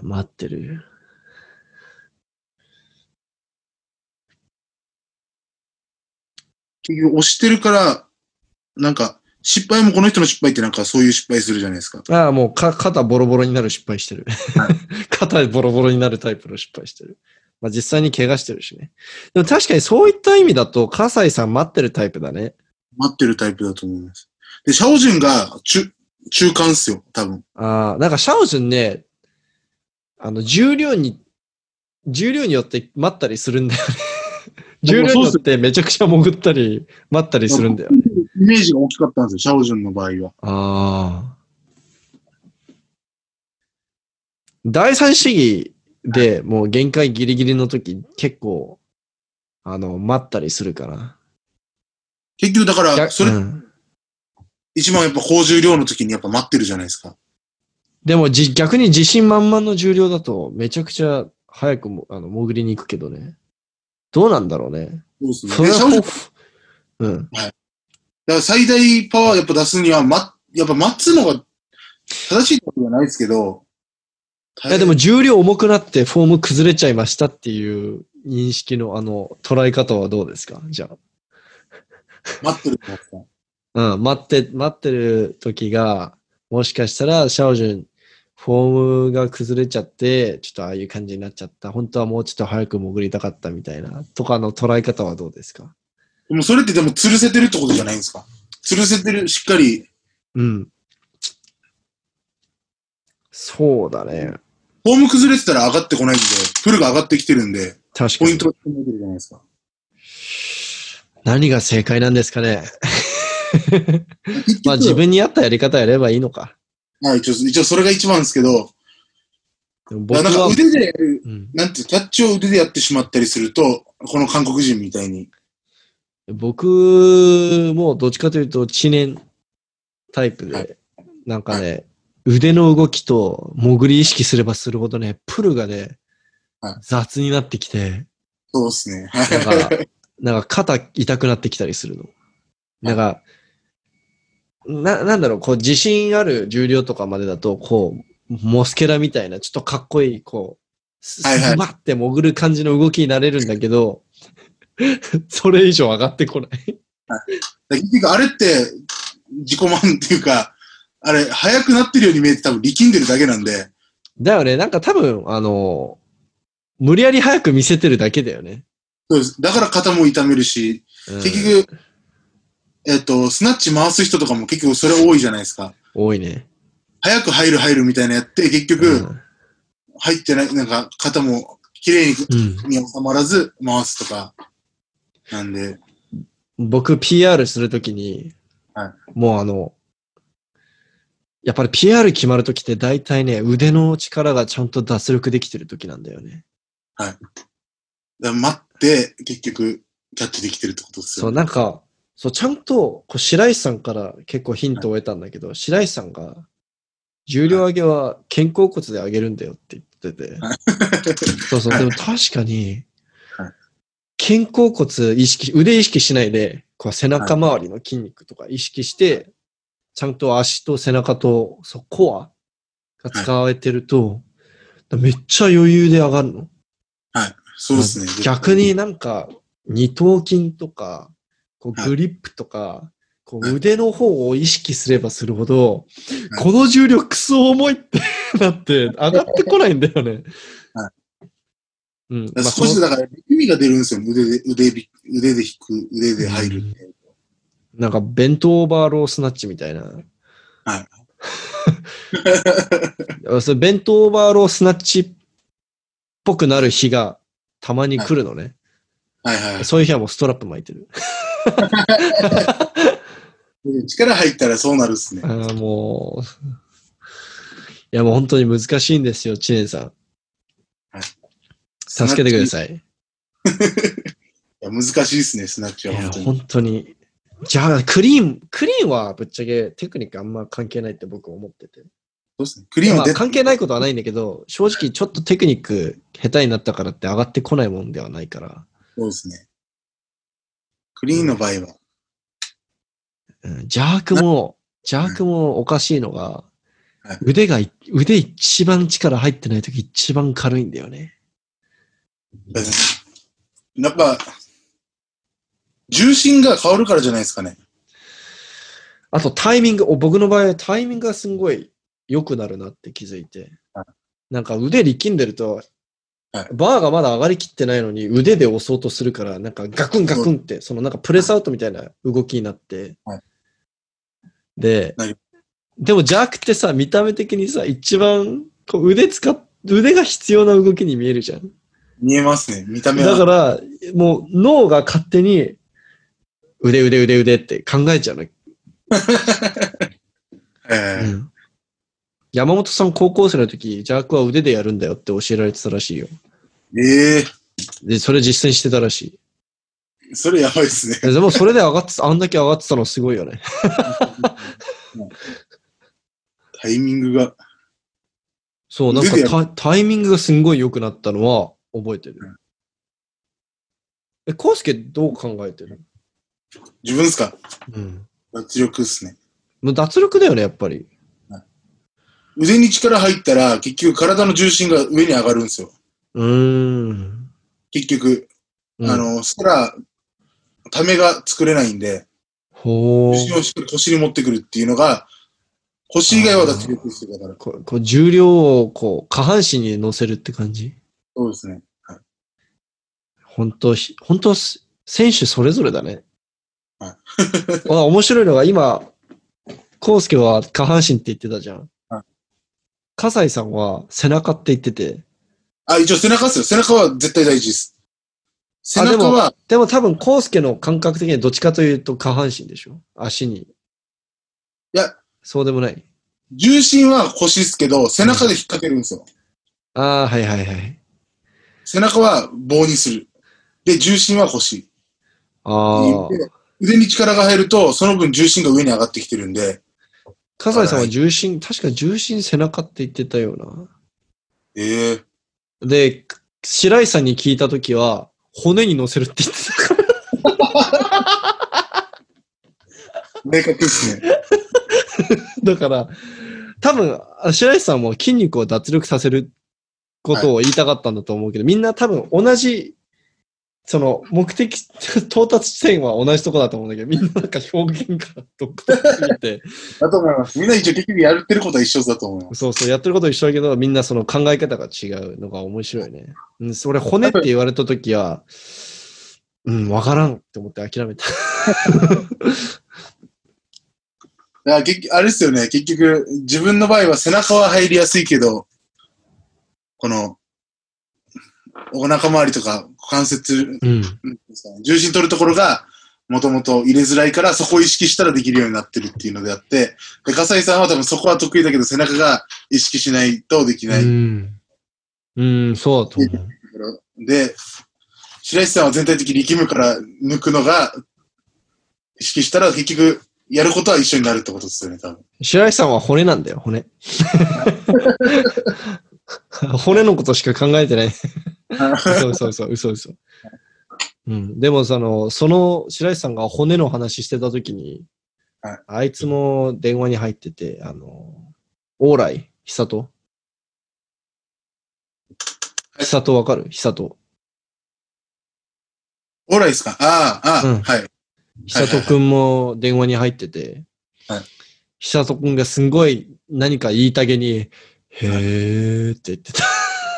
結局押してるから、なんか、失敗もこの人の失敗ってなんかそういう失敗するじゃないですか。 もう肩ボロボロになる失敗してる。はい、肩ボロボロになるタイプの失敗してる。まあ実際に怪我してるしね。でも確かにそういった意味だと、葛西さん待ってるタイプだね。 待ってるタイプだと思います。で、シャオジュンが中間っすよ、多分。 なんかシャオジュンね、重量によって待ったりするんだよね。重量によってめちゃくちゃ潜ったり、待ったりするんだよね。 イメージが大きかったんですよ、シャオジュンの場合は。 第三試技でもう限界ギリギリの時、結構、待ったりするかな。 結局だから、それ、一番やっぱ高重量の時にやっぱ待ってるじゃないですか。 でも逆に自信満々の重量だとめちゃくちゃ早くも潜りに行くけどね。どうなんだろうね。 そうですね。うん。はい。だから最大パワーやっぱ出すには、やっぱ待つのが正しいことじゃないですけど。 いやでも重量重くなってフォーム崩れちゃいましたっていう認識の捉え方はどうですか？じゃあ。 待ってるんですか？ うん、待ってる時が、 もしかしたら、シャオジュン、フォームが崩れちゃって、ちょっとああいう感じになっちゃった。本当はもうちょっと早く潜りたかったみたいな、とかの捉え方はどうですか？ でもそれってでも吊るせてるってことじゃないんですか？吊るせてる、しっかり。 うん。そうだね。 フォーム崩れてたら上がってこないんで、プルが上がってきてるんで、 確かに。 ポイントが決めてるじゃないですか。 何が正解なんですかね。まあ自分に合ったやり方やればいいのか。 一応それが一番ですけど、僕はなんか腕でやる、なんてキャッチを腕でやってしまったりすると、この韓国人みたいに。 僕もどっちかというと知念タイプで、はい、なんかね、はい、腕の動きと潜り意識すればするほどね、プルがね、はい、雑になってきて、 そうですね。 なんか肩痛くなってきたりするの。なんか、なんだろう、こう自信ある重量とかまでだと、こう、モスケラみたいな、ちょっとかっこいい、こう、スバッて潜る感じの動きになれるんだけど、それ以上上がってこない。 結局あれって、自己満っていうか、あれ、速くなってるように見えて多分力んでるだけなんで。 だよね、なんか多分、無理やり速く見せてるだけだよね。 そうです。だから肩も痛めるし、結局、スナッチ回す人とかも結局それ多いじゃないですか。 多いね。 早く入るみたいなやって、結局、入ってない、なんか肩も綺麗に収まらず回すとか。なんで。 僕 PR するときに、はい、もうやっぱり PR 決まるときって大体ね、腕の力がちゃんと脱力できてるときなんだよね。 はい。待って、結局、キャッチできてるってことですよね。 そう、なんか、そう、ちゃんと、白石さんから結構ヒントを得たんだけど、はい、白石さんが、重量上げは肩甲骨で上げるんだよって言ってて。はい、そうそう、でも確かに、肩甲骨腕意識しないで、こう背中周りの筋肉とか意識して、ちゃんと足と背中と、コアが使われてると、めっちゃ余裕で上がるの。 はい。そうですね。 逆になんか、二頭筋とか、こうグリップとか、こう腕の方を意識すればするほど、この重量クソ重いってなって上がってこないんだよね。 はい。うん。少しだから力みが出るんですよ。腕で引く、腕で入るって。 なんか弁当バーロースナッチみたいな。 はい。 それ弁当バーロースナッチっぽくなる日がたまに来るのね。 はいはいはい。 そういう日はもうストラップ巻いてる。 力入ったらそうなるっすね。 もう。いやもう本当に難しいんですよ、知念さん。はい、助けてください。いや難しいですね、スナッチは本当に。 いや本当に。じゃあ、クリーンはぶっちゃけテクニックあんま関係ないって僕思ってて。 そうですね。クリーンは関係ないことはないんだけど、正直ちょっとテクニック下手になったからって上がってこないもんではないから。 そうですね。クリーンの場合は。 ジャークもおかしいのが、はい、腕一番力入ってないとき一番軽いんだよね。 やっぱ、重心が変わるからじゃないですかね。 あとタイミング、僕の場合はタイミングがすごい良くなるなって気づいて。はい、なんか腕力んでると、はい、バーがまだ上がりきってないのに腕で押そうとするから、なんかガクンガクンって、そのなんかプレスアウトみたいな動きになって。はい、でもジャークってさ、見た目的にさ、一番こう腕が必要な動きに見えるじゃん。 見えますね、見た目は。 だから、もう脳が勝手に腕って考えちゃうの。うん、山本さん高校生の時、ジャークは腕でやるんだよって教えられてたらしいよ。で、それ実践してたらしい。それやばいですね。 でもそれであんだけ上がってたのすごいよね。 タイミングが。 そう、なんかタイミングがすんごい良くなったのは覚えてる。コウスケどう考えてる？ 自分ですか？うん。脱力っすね。 もう脱力だよね、やっぱり。 腕に力入ったら、結局体の重心が上に上がるんですよ。結局、したら、ためが作れないんで、重心をしっかり腰に持ってくるっていうのが、 腰以外は脱力してたから。 こう重量をこう下半身に乗せるって感じ。 そうですね。はい、 本当選手それぞれだね。 はい、 面白いのが今、コウスケは下半身って言ってたじゃん。 はい、 笠井さんは背中って言ってて。 一応背中ですよ。背中は絶対大事です。背中は。 でも多分コウスケの感覚的にはどっちかというと下半身でしょ？足に。いや、 そうでもない。 重心は腰ですけど、背中で引っ掛けるんですよ。 はいはいはい。 背中は棒にする。で、重心は腰。腕に力が入ると、その分重心が上に上がってきてるんで。 笠井さんは確か重心背中って言ってたような。で、白石さんに聞いたときは、骨に乗せるって言ってたから。 明確ですね。 だから、多分、白石さんも筋肉を脱力させることを言いたかったんだと思うけど、みんな多分同じ、その目的、到達地点は同じとこだと思うんだけど、みんななんか表現が独特すぎて。 だと思います。みんな一応結局やってることは一緒だと思います。 そう、やってることは一緒だけど、みんなその考え方が違うのが面白いね。それ骨って言われたときは、わからんって思って諦めた。 あれですよね。結局、自分の場合は背中は入りやすいけど、この、お腹周りとか股関節、重心取るところがもともと入れづらいから、そこを意識したらできるようになってるっていうのであって、で、笠井さんは多分そこは得意だけど、背中が意識しないとできない。 そうだと思う。で、白石さんは全体的に力むから抜くのが、意識したら結局、やることは一緒になるってことですよね、多分。 白石さんは骨なんだよ、骨。骨のことしか考えてない。嘘。でもその白石さんが骨の話してたときに、あいつも電話に入ってて、往来、久人わかる？久人。 往来ですか？はい。 久人くんも電話に入ってて、久人くんがすんごい何か言いたげに、へーって言ってた。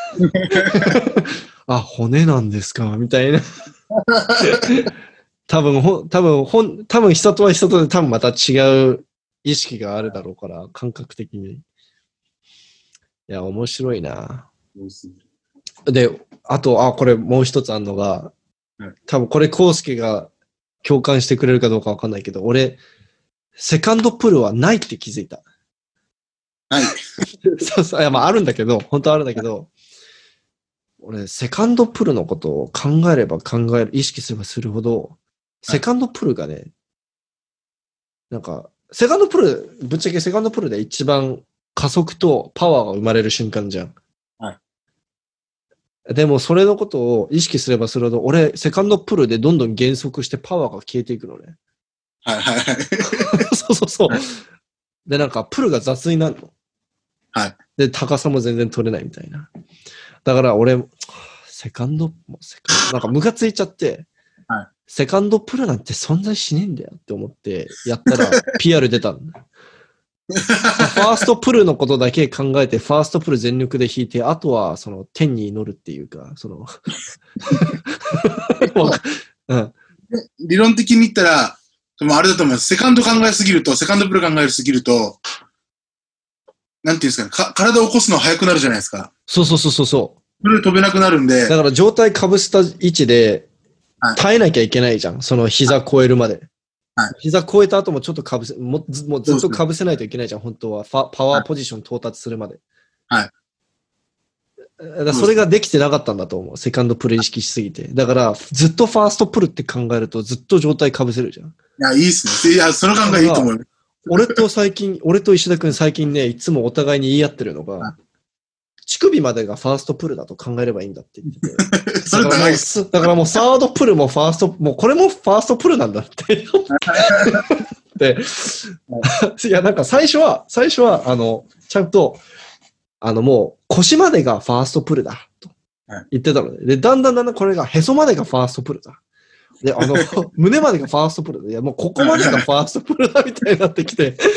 あ、骨なんですかみたいな。多分久人は久人で多分また違う意識があるだろうから、感覚的に。いや、面白いな。で、あと、これもう一つあるのが、多分これ、コウスケが共感してくれるかどうかわかんないけど、俺、セカンドプルはないって気づいた。 はい。 いや、まああるんだけど、本当あるんだけど、俺、セカンドプルのことを考えれば意識すればするほど、セカンドプルがね、なんか、ぶっちゃけセカンドプルで一番加速とパワーが生まれる瞬間じゃん。 はい。 でも、それのことを意識すればするほど、俺、セカンドプルでどんどん減速してパワーが消えていくのね。 はいはいはい。 そう。で、なんか、プルが雑になるの。 はい。 で、高さも全然取れないみたいな。だから俺、セカンド、なんかムカついちゃって、 はい、 セカンドプルなんて存在しねえんだよって思ってやったら PR 出たんだ。ファーストプルのことだけ考えて、ファーストプル全力で弾いて、あとはその天に祈るっていうか、 理論的に言ったら、あれだと思います。セカンドプル考えすぎると、なんていうんですかね、体を起こすの早くなるじゃないですか。 そう。 それで飛べなくなるんで。 だから上体かぶせた位置で耐えなきゃいけないじゃん。その膝超えるまで。はい、膝超えた後もちょっともうずっとかぶせないといけないじゃん、本当は。パワーポジション到達するまで。 はい。 だそれができてなかったんだと思う。セカンドプル意識しすぎて。だから、ずっとファーストプルって考えると、ずっと状態かぶせるじゃん。いや、いいっすね。いや、その考えいいと思う。 俺と石田くん最近ね、いつもお互いに言い合ってるのが、乳首までがファーストプルだと考えればいいんだって言ってて。それだからもうサードプルもファースト、もうこれもファーストプルなんだって。で、いや、なんか最初は、ちゃんと、もう腰までがファーストプルだと言ってたので、で、だんだんこれがへそまでがファーストプルだ。で、胸までがファーストプルだ。いや、もうここまでがファーストプルだみたいになってきて、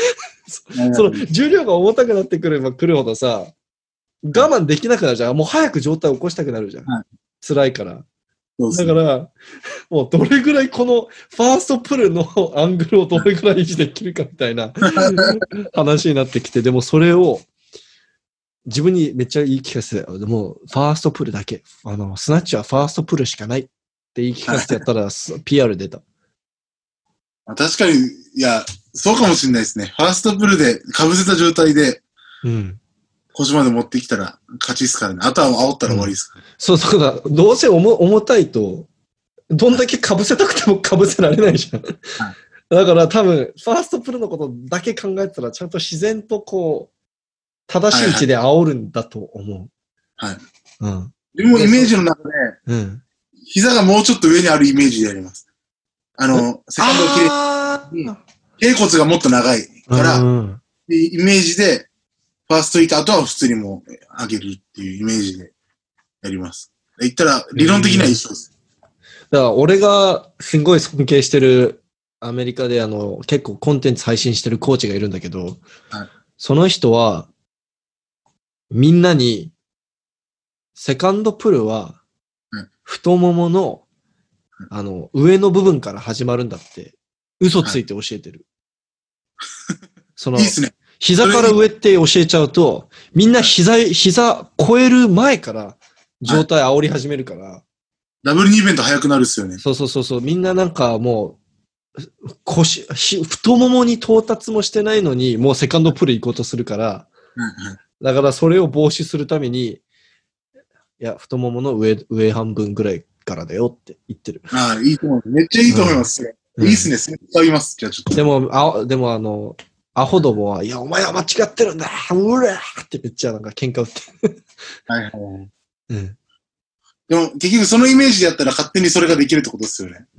その重量が重たくなってくればくるほどさ、我慢できなくなるじゃん。もう早く状態を起こしたくなるじゃん。 はい、 辛いから。 そうですね、 だから、もうどれぐらいこのファーストプルのアングルをどれぐらい維持できるかみたいな話になってきて、でもそれを自分にめっちゃ言い聞かせて、でもファーストプルだけ、スナッチはファーストプルしかないって言い聞かせてやったら、PR 出た。 確かに、いや、そうかもしれないですね。ファーストプルで被せた状態で、腰まで持ってきたら勝ちですからね。あとは煽ったら終わりですから、 そうだ。どうせ重たいと、どんだけ被せたくても被せられないじゃん。だから多分、ファーストプルのことだけ考えてたら、ちゃんと自然とこう、正しい位置で煽るんだと思う。 はい。うん。でもイメージの中で、膝がもうちょっと上にあるイメージでやります。セカンドを切れ、頸骨がもっと長いから、イメージで、ファーストいて、あとは普通にもう上げるっていうイメージでやります。言ったら、理論的には一緒です。 だから俺がすごい尊敬してるアメリカで結構コンテンツ配信してるコーチがいるんだけど、その人はみんなにセカンドプルは太ももの上の部分から始まるんだって嘘ついて教えてる。そのいいっすね。膝から上って教えちゃうと、みんな膝超える前から状態煽り始めるから。 ダブル2イベント早くなるっすよね。 そう。みんななんかもう、太ももに到達もしてないのに、もうセカンドプル行こうとするから、だからそれを防止するために、いや、太ももの上半分ぐらいからだよって言ってる。 ああ、いいと思います。めっちゃいいと思います。いいっすね。使います。じゃあちょっと。 でもアホどもは、いや、お前は間違ってるんだうらーってめっちゃなんか喧嘩売ってる。 はい。でも、結局そのイメージでやったら勝手にそれができるってことですよね。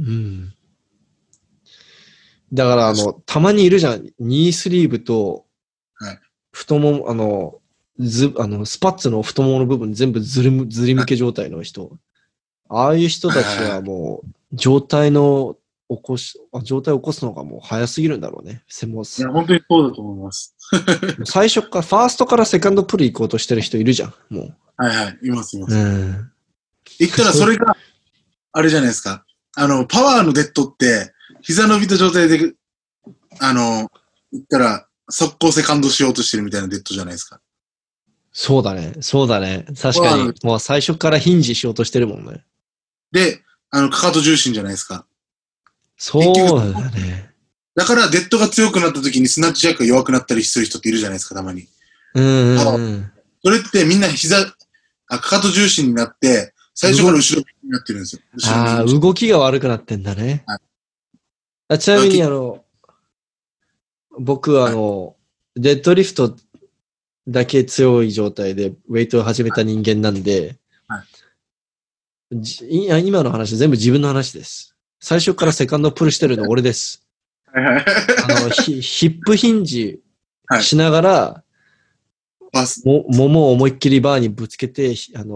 だから、たまにいるじゃん。ニースリーブと、太もも、スパッツの太ももの部分全部ずり向け状態の人。ああいう人たちはもう、状態を起こすのがもう早すぎるんだろうね。 いや、本当にそうだと思います。 最初から、ファーストからセカンドプル行こうとしてる人いるじゃん、もう。 います。言ったらそれが、あれじゃないですか。パワーのデッドって、膝伸びた状態で、言ったら、速攻セカンドしようとしてるみたいなデッドじゃないですか。 そうだね。確かに、もう最初からヒンジしようとしてるもんね。 で、かかと重心じゃないですか。 そうだね。 だから、デッドが強くなった時にスナッチジャックが弱くなったりする人っているじゃないですか、たまに。それってみんなかかと重心になって、最初から後ろになってるんですよ。 動きが悪くなってんだね。ちなみに僕デッドリフトだけ強い状態でウェイトを始めた人間なんで、今の話全部自分の話です。最初からセカンドプルしてるの俺です。ヒップヒンジしながら、ももを思いっきりバーにぶつけて、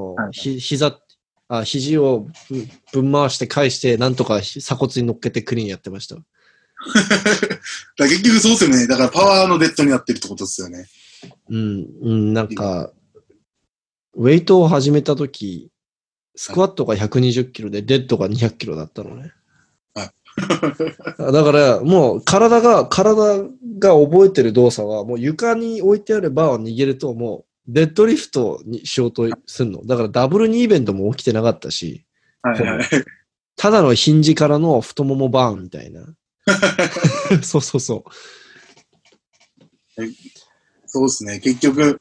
肘をぶん回して返して、なんとか鎖骨に乗っけてクリーンやってました。 結局そうですよね。だからパワーのデッドになってるってことですよね。 なんか、ウェイトを始めたとき、スクワットが120キロで、デッドが200キロだったのね。だから、もう体が覚えてる動作は、もう床に置いてあるバーを握ると、もうデッドリフトにしようとするの。だからダブル2イベントも起きてなかったし、ただのヒンジからの太ももバーンみたいな。そう。 そうですね。結局、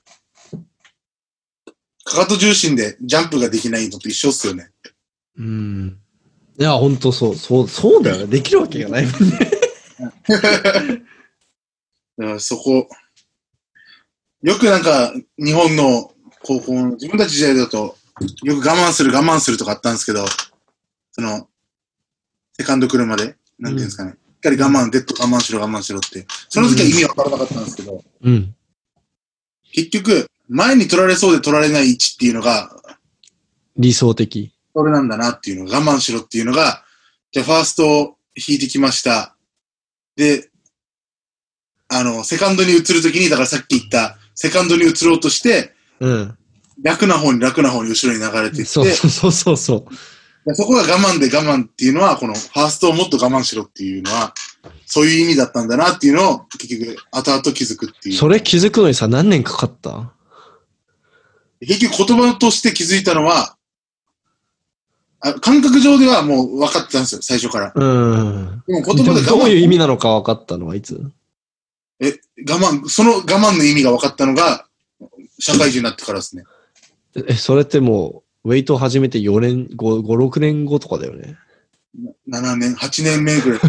かかと重心でジャンプができないのと一緒っすよね。 いや、ほんとそうだよね。できるわけがないもんね。 だからそこ、よくなんか、日本の高校の自分たち時代だと、よく我慢するとかあったんですけど、セカンド来るまで、なんていうんですかね。しっかりデッド我慢しろって。その時は意味わからなかったんですけど、結局、前に取られそうで取られない位置っていうのが、 理想的。 それなんだなっていうのが、我慢しろっていうのが、じゃあファーストを引いてきました。で、 セカンドに移るときに、だからさっき言った、セカンドに移ろうとして、 うん。 楽な方に後ろに流れていって、 そう。そこが我慢っていうのは、このファーストをもっと我慢しろっていうのは、そういう意味だったんだなっていうのを、結局、後々気づくっていう。 それ気づくのにさ、何年かかった？ 結局言葉として気づいたのは、感覚上ではもう分かってたんですよ、最初から。 でも言葉でどういう意味なのか分かったのはいつ？ その我慢の意味が分かったのが、社会人になってからですね。 それってもう、ウェイトを始めて4年、5、6年後とかだよね。 7年、8年目ぐらい。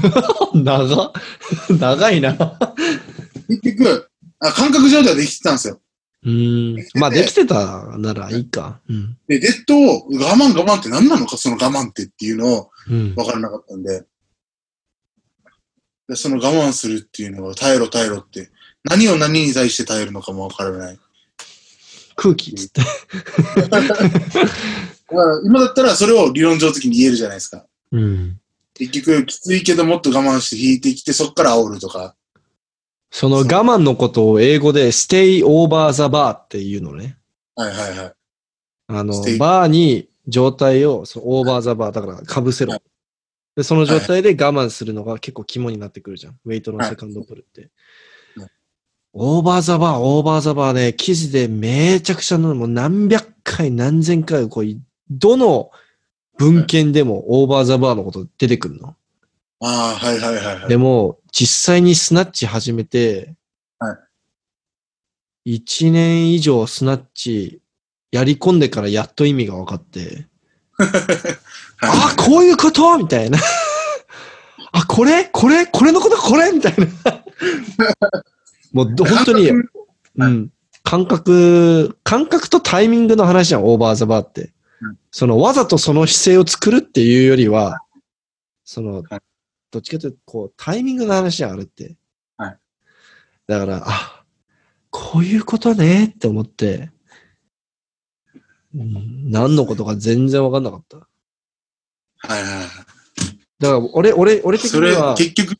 長いな。 結局、感覚上ではできてたんですよ。 まあできてたならいいか。 で、デッドを我慢って何なのか、その我慢ってっていうのを分からなかったんで、その我慢するっていうのが耐えろって、何を何に対して耐えるのかも分からない。 空気っつって。 今だったらそれを理論上的に言えるじゃないですか。結局、きついけどもっと我慢して引いてきて、そっから煽るとか。 その我慢のことを英語で stay over the bar っていうのね。 はい。 バーに状態をオーバーザバーだから被せろ。はい、で、その状態で我慢するのが結構肝になってくるじゃん。ウェイトのセカンドプルって。オーバーザバーね、記事でめちゃくちゃもう何百回何千回どの文献でもオーバーザバーのこと出てくるの。 はい。 でも、実際にスナッチ始めて、1年以上スナッチやり込んでからやっと意味が分かって、こういうことみたいな。これのことこれみたいな。もう本当に、感覚とタイミングの話じゃん、オーバーザバーって。わざとその姿勢を作るっていうよりは、どっちかというと、タイミングの話じゃん、あれって。だから、こういうことねって思って、何のことか全然わかんなかった。だから、俺的には、 それ、結局、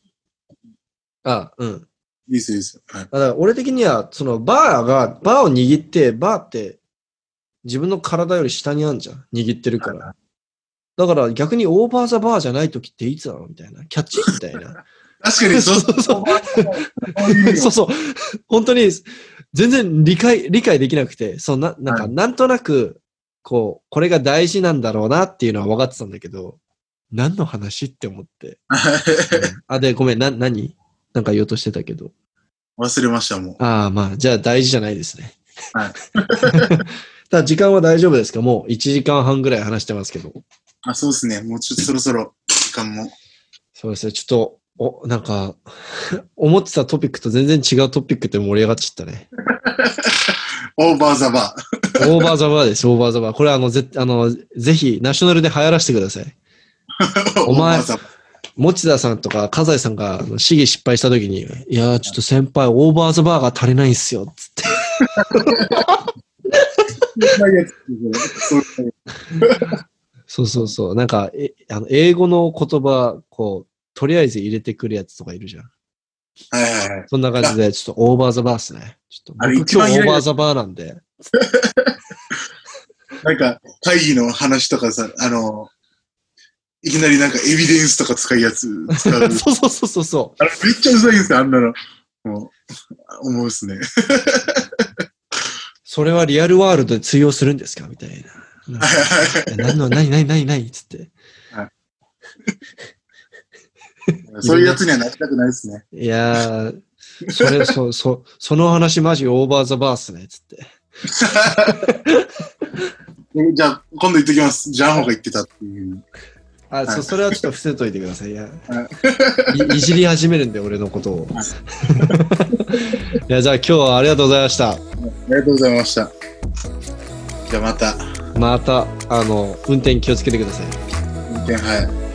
いいっす。 だから俺的には、バーを握って、バーって自分の体より下にあるじゃん。握ってるから。だから逆にオーバーザバーじゃない時っていつなのみたいな。キャッチみたいな。 確かにそう。本当に全然理解できなくて、なんとなく、これが大事なんだろうなっていうのは分かってたんだけど、何の話って思って。で、ごめん、何なんか言おうとしてたけど。 忘れました、もう。 まあ、じゃあ大事じゃないですね。 はい。 ただ時間は大丈夫ですか？もう1時間半ぐらい話してますけど。 そうですね。もうちょっとそろそろ時間も。 そうですね。ちょっと、なんか、思ってたトピックと全然違うトピックで盛り上がっちゃったね。 オーバーザバー。オーバーザバーです、オーバーザバー。これぜひ、ナショナルで流行らせてください。お前、持田さんとか、笠井さんが試技失敗したときに、いやー、ちょっと先輩、オーバーザバーが足りないんすよ、つって。そう。なんか、英語の言葉、とりあえず入れてくるやつとかいるじゃん。 はい。 そんな感じで、ちょっとオーバーザバーっすね。ちょっと僕今日オーバーザバーなんで。 なんか、会議の話とかさ、いきなりなんかエビデンスとか使うやつ使う。 そう。 めっちゃうざいんですよ、あんなの。もう、思うっすね。 それはリアルワールドで通用するんですかみたいな。何つって。 そういうやつにはなりたくないですね。 いやー、その話マジオーバーザバーっすね、つって。 じゃあ、今度言ってきます。ジャンホが言ってたっていう。 それはちょっと伏せといてください。いじり始めるんで、俺のことを。じゃあ今日はありがとうございました。 ありがとうございました。じゃあまた、 運転気をつけてください。 運転、はい。